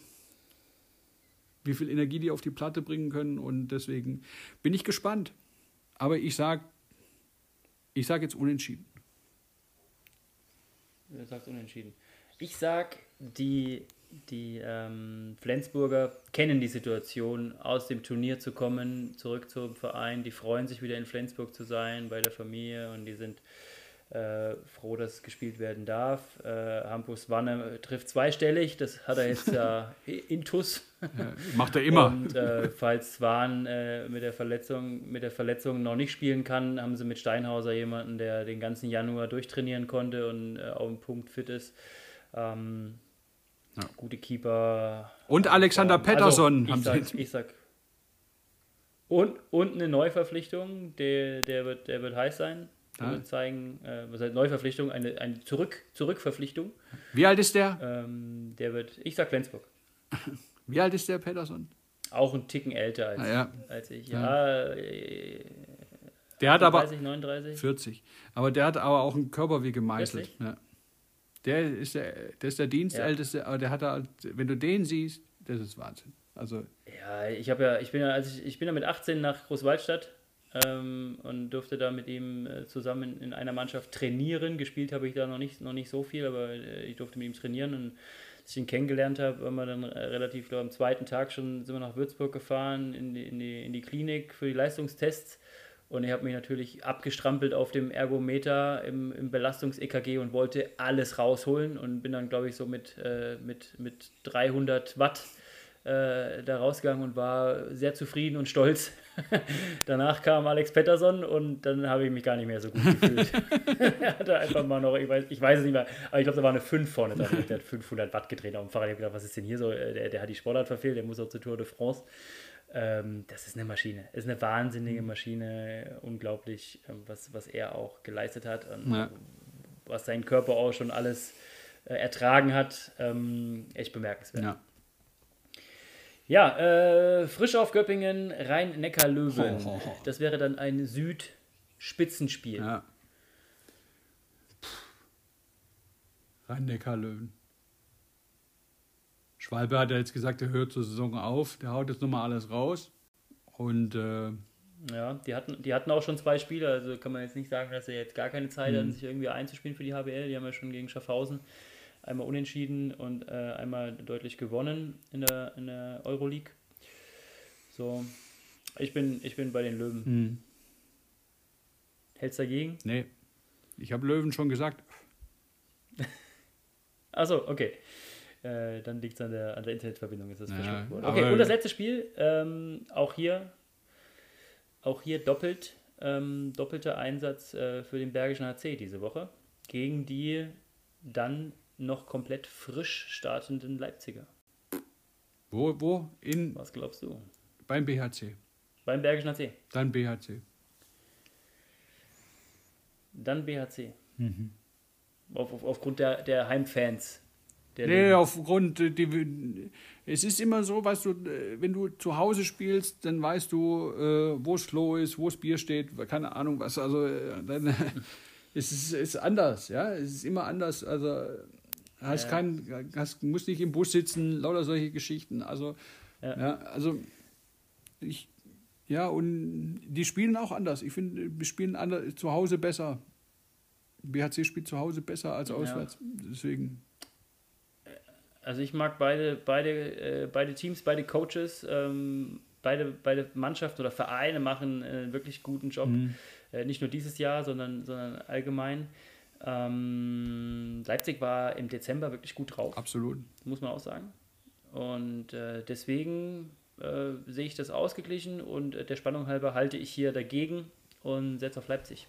viel Energie die auf die Platte bringen können. Und deswegen bin ich gespannt. Aber ich sag jetzt unentschieden. Du sagst unentschieden. Ich sag, die Flensburger kennen die Situation, aus dem Turnier zu kommen, zurück zum Verein. Die freuen sich wieder in Flensburg zu sein, bei der Familie, und die sind froh, dass es gespielt werden darf. Hampus Wanne trifft zweistellig, das hat er jetzt ja intus. Ja, macht er immer. Und falls Swan mit der Verletzung noch nicht spielen kann, haben sie mit Steinhauser jemanden, der den ganzen Januar durchtrainieren konnte und auf dem Punkt fit ist. Gute Keeper. Und Alexander Pettersson. Also, ich sag. Und eine Neuverpflichtung, der wird heiß sein. Der wird zeigen, was heißt Neuverpflichtung, eine Zurückverpflichtung. Wie alt ist der? Ich sag Flensburg. Wie alt ist der Pettersson? Auch ein Ticken älter als ich. Ja, der hat 38, aber 39. 40. Aber der hat aber auch einen Körper wie gemeißelt. Ja. Der ist der Dienstälteste, aber der hat da, wenn du den siehst, das ist Wahnsinn. Also ja, ich bin ja mit 18 nach Großwaldstadt und durfte da mit ihm zusammen in einer Mannschaft trainieren. Gespielt habe ich da noch nicht so viel, aber ich durfte mit ihm trainieren, und als ich ihn kennengelernt habe, waren wir dann relativ, glaube ich, am zweiten Tag schon, sind wir nach Würzburg gefahren in die Klinik für die Leistungstests, und ich habe mich natürlich abgestrampelt auf dem Ergometer im Belastungs-EKG und wollte alles rausholen und bin dann, glaube ich, so mit 300 Watt da rausgegangen und war sehr zufrieden und stolz. Danach kam Alex Pettersson und dann habe ich mich gar nicht mehr so gut gefühlt. Er hatte einfach mal noch, ich weiß es nicht mehr, aber ich glaube, da war eine 5 vorne dran. Der hat 500 Watt gedreht auf dem Fahrrad. Ich habe gedacht, was ist denn hier so? Der hat die Sportart verfehlt, der muss auch zur Tour de France. Das ist eine Maschine. Das ist eine wahnsinnige Maschine. Unglaublich, was er auch geleistet hat und was sein Körper auch schon alles ertragen hat. Echt bemerkenswert. ja. Ja, frisch auf Göppingen, Rhein-Neckar-Löwen. Das wäre dann ein Süd-Spitzenspiel. Ja. Rhein-Neckar-Löwen. Schwalbe hat ja jetzt gesagt, er hört zur Saison auf. Der haut jetzt nochmal alles raus. Und ja, die hatten auch schon 2 Spiele, also kann man jetzt nicht sagen, dass sie jetzt gar keine Zeit hatten, sich irgendwie einzuspielen für die HBL. Die haben ja schon gegen Schaffhausen einmal unentschieden und einmal deutlich gewonnen in der Euroleague. So, ich bin bei den Löwen. Hältst du dagegen? nee, ich habe Löwen schon gesagt. Achso, okay. Dann liegt es an der Internetverbindung, ist das verschluckt worden. aber- Okay, und das letzte Spiel, auch hier doppelter Einsatz für den Bergischen HC diese Woche gegen die dann noch komplett frisch startenden Leipziger. Wo? Was glaubst du? Beim BHC. Beim Bergischen HC. Dann BHC. Dann BHC. Aufgrund der Heimfans. Aufgrund, es ist immer so, weißt du, wenn du zu Hause spielst, dann weißt du, wo das Klo ist, wo das Bier steht, keine Ahnung was, also dann es ist anders, ja, es ist immer anders, also musst nicht im Bus sitzen, lauter solche Geschichten, also, und die spielen auch anders, ich finde, wir spielen zu Hause besser, BHC spielt zu Hause besser als auswärts, deswegen... Also ich mag beide Teams, beide Coaches, beide Mannschaften oder Vereine machen einen wirklich guten Job. Nicht nur dieses Jahr, sondern allgemein. Leipzig war im Dezember wirklich gut drauf. Absolut. Muss man auch sagen. Und deswegen sehe ich das ausgeglichen und der Spannung halber halte ich hier dagegen und setze auf Leipzig.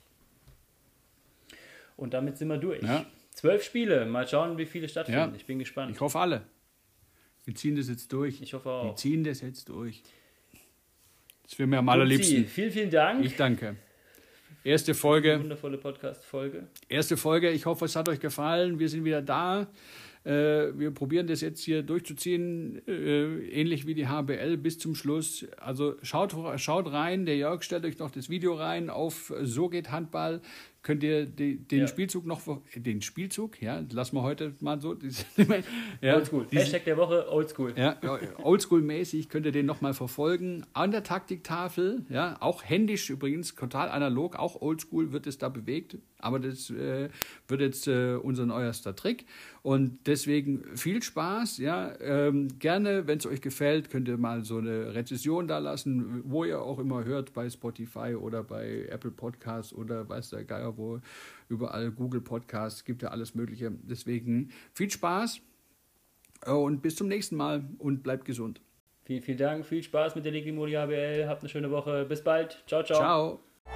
Und damit sind wir durch. Ja. 12 Spiele, mal schauen, wie viele stattfinden. Ja. Ich bin gespannt. Ich hoffe alle. Wir ziehen das jetzt durch. Ich hoffe auch. Wir ziehen das jetzt durch. Das wäre mir am allerliebsten. Vielen Dank. Ich danke. Erste Folge. Wundervolle Podcast-Folge. Erste Folge. Ich hoffe, es hat euch gefallen. Wir sind wieder da. Wir probieren das jetzt hier durchzuziehen, ähnlich wie die HBL bis zum Schluss. Also schaut rein. Der Jörg stellt euch noch das Video rein auf So geht Handball. Könnt ihr den Spielzug den Spielzug, ja, lassen wir heute mal so. Oldschool. Hashtag der Woche, Oldschool. Ja, Oldschool-mäßig könnt ihr den nochmal verfolgen. An der Taktiktafel, ja, auch händisch übrigens, total analog, auch Oldschool wird es da bewegt. Aber das wird jetzt unser neuester Trick. Und deswegen viel Spaß, ja. Gerne, wenn es euch gefällt, könnt ihr mal so eine Rezession da lassen, wo ihr auch immer hört, bei Spotify oder bei Apple Podcasts oder weiß der Geier wo, überall Google Podcasts, gibt ja alles Mögliche. Deswegen viel Spaß und bis zum nächsten Mal und bleibt gesund. Vielen Dank, viel Spaß mit der Legimoli HBL, habt eine schöne Woche, bis bald, ciao. Ciao.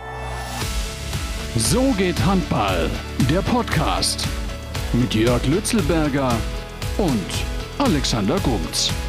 So geht Handball, der Podcast mit Jörg Lützelberger und Alexander Grumz.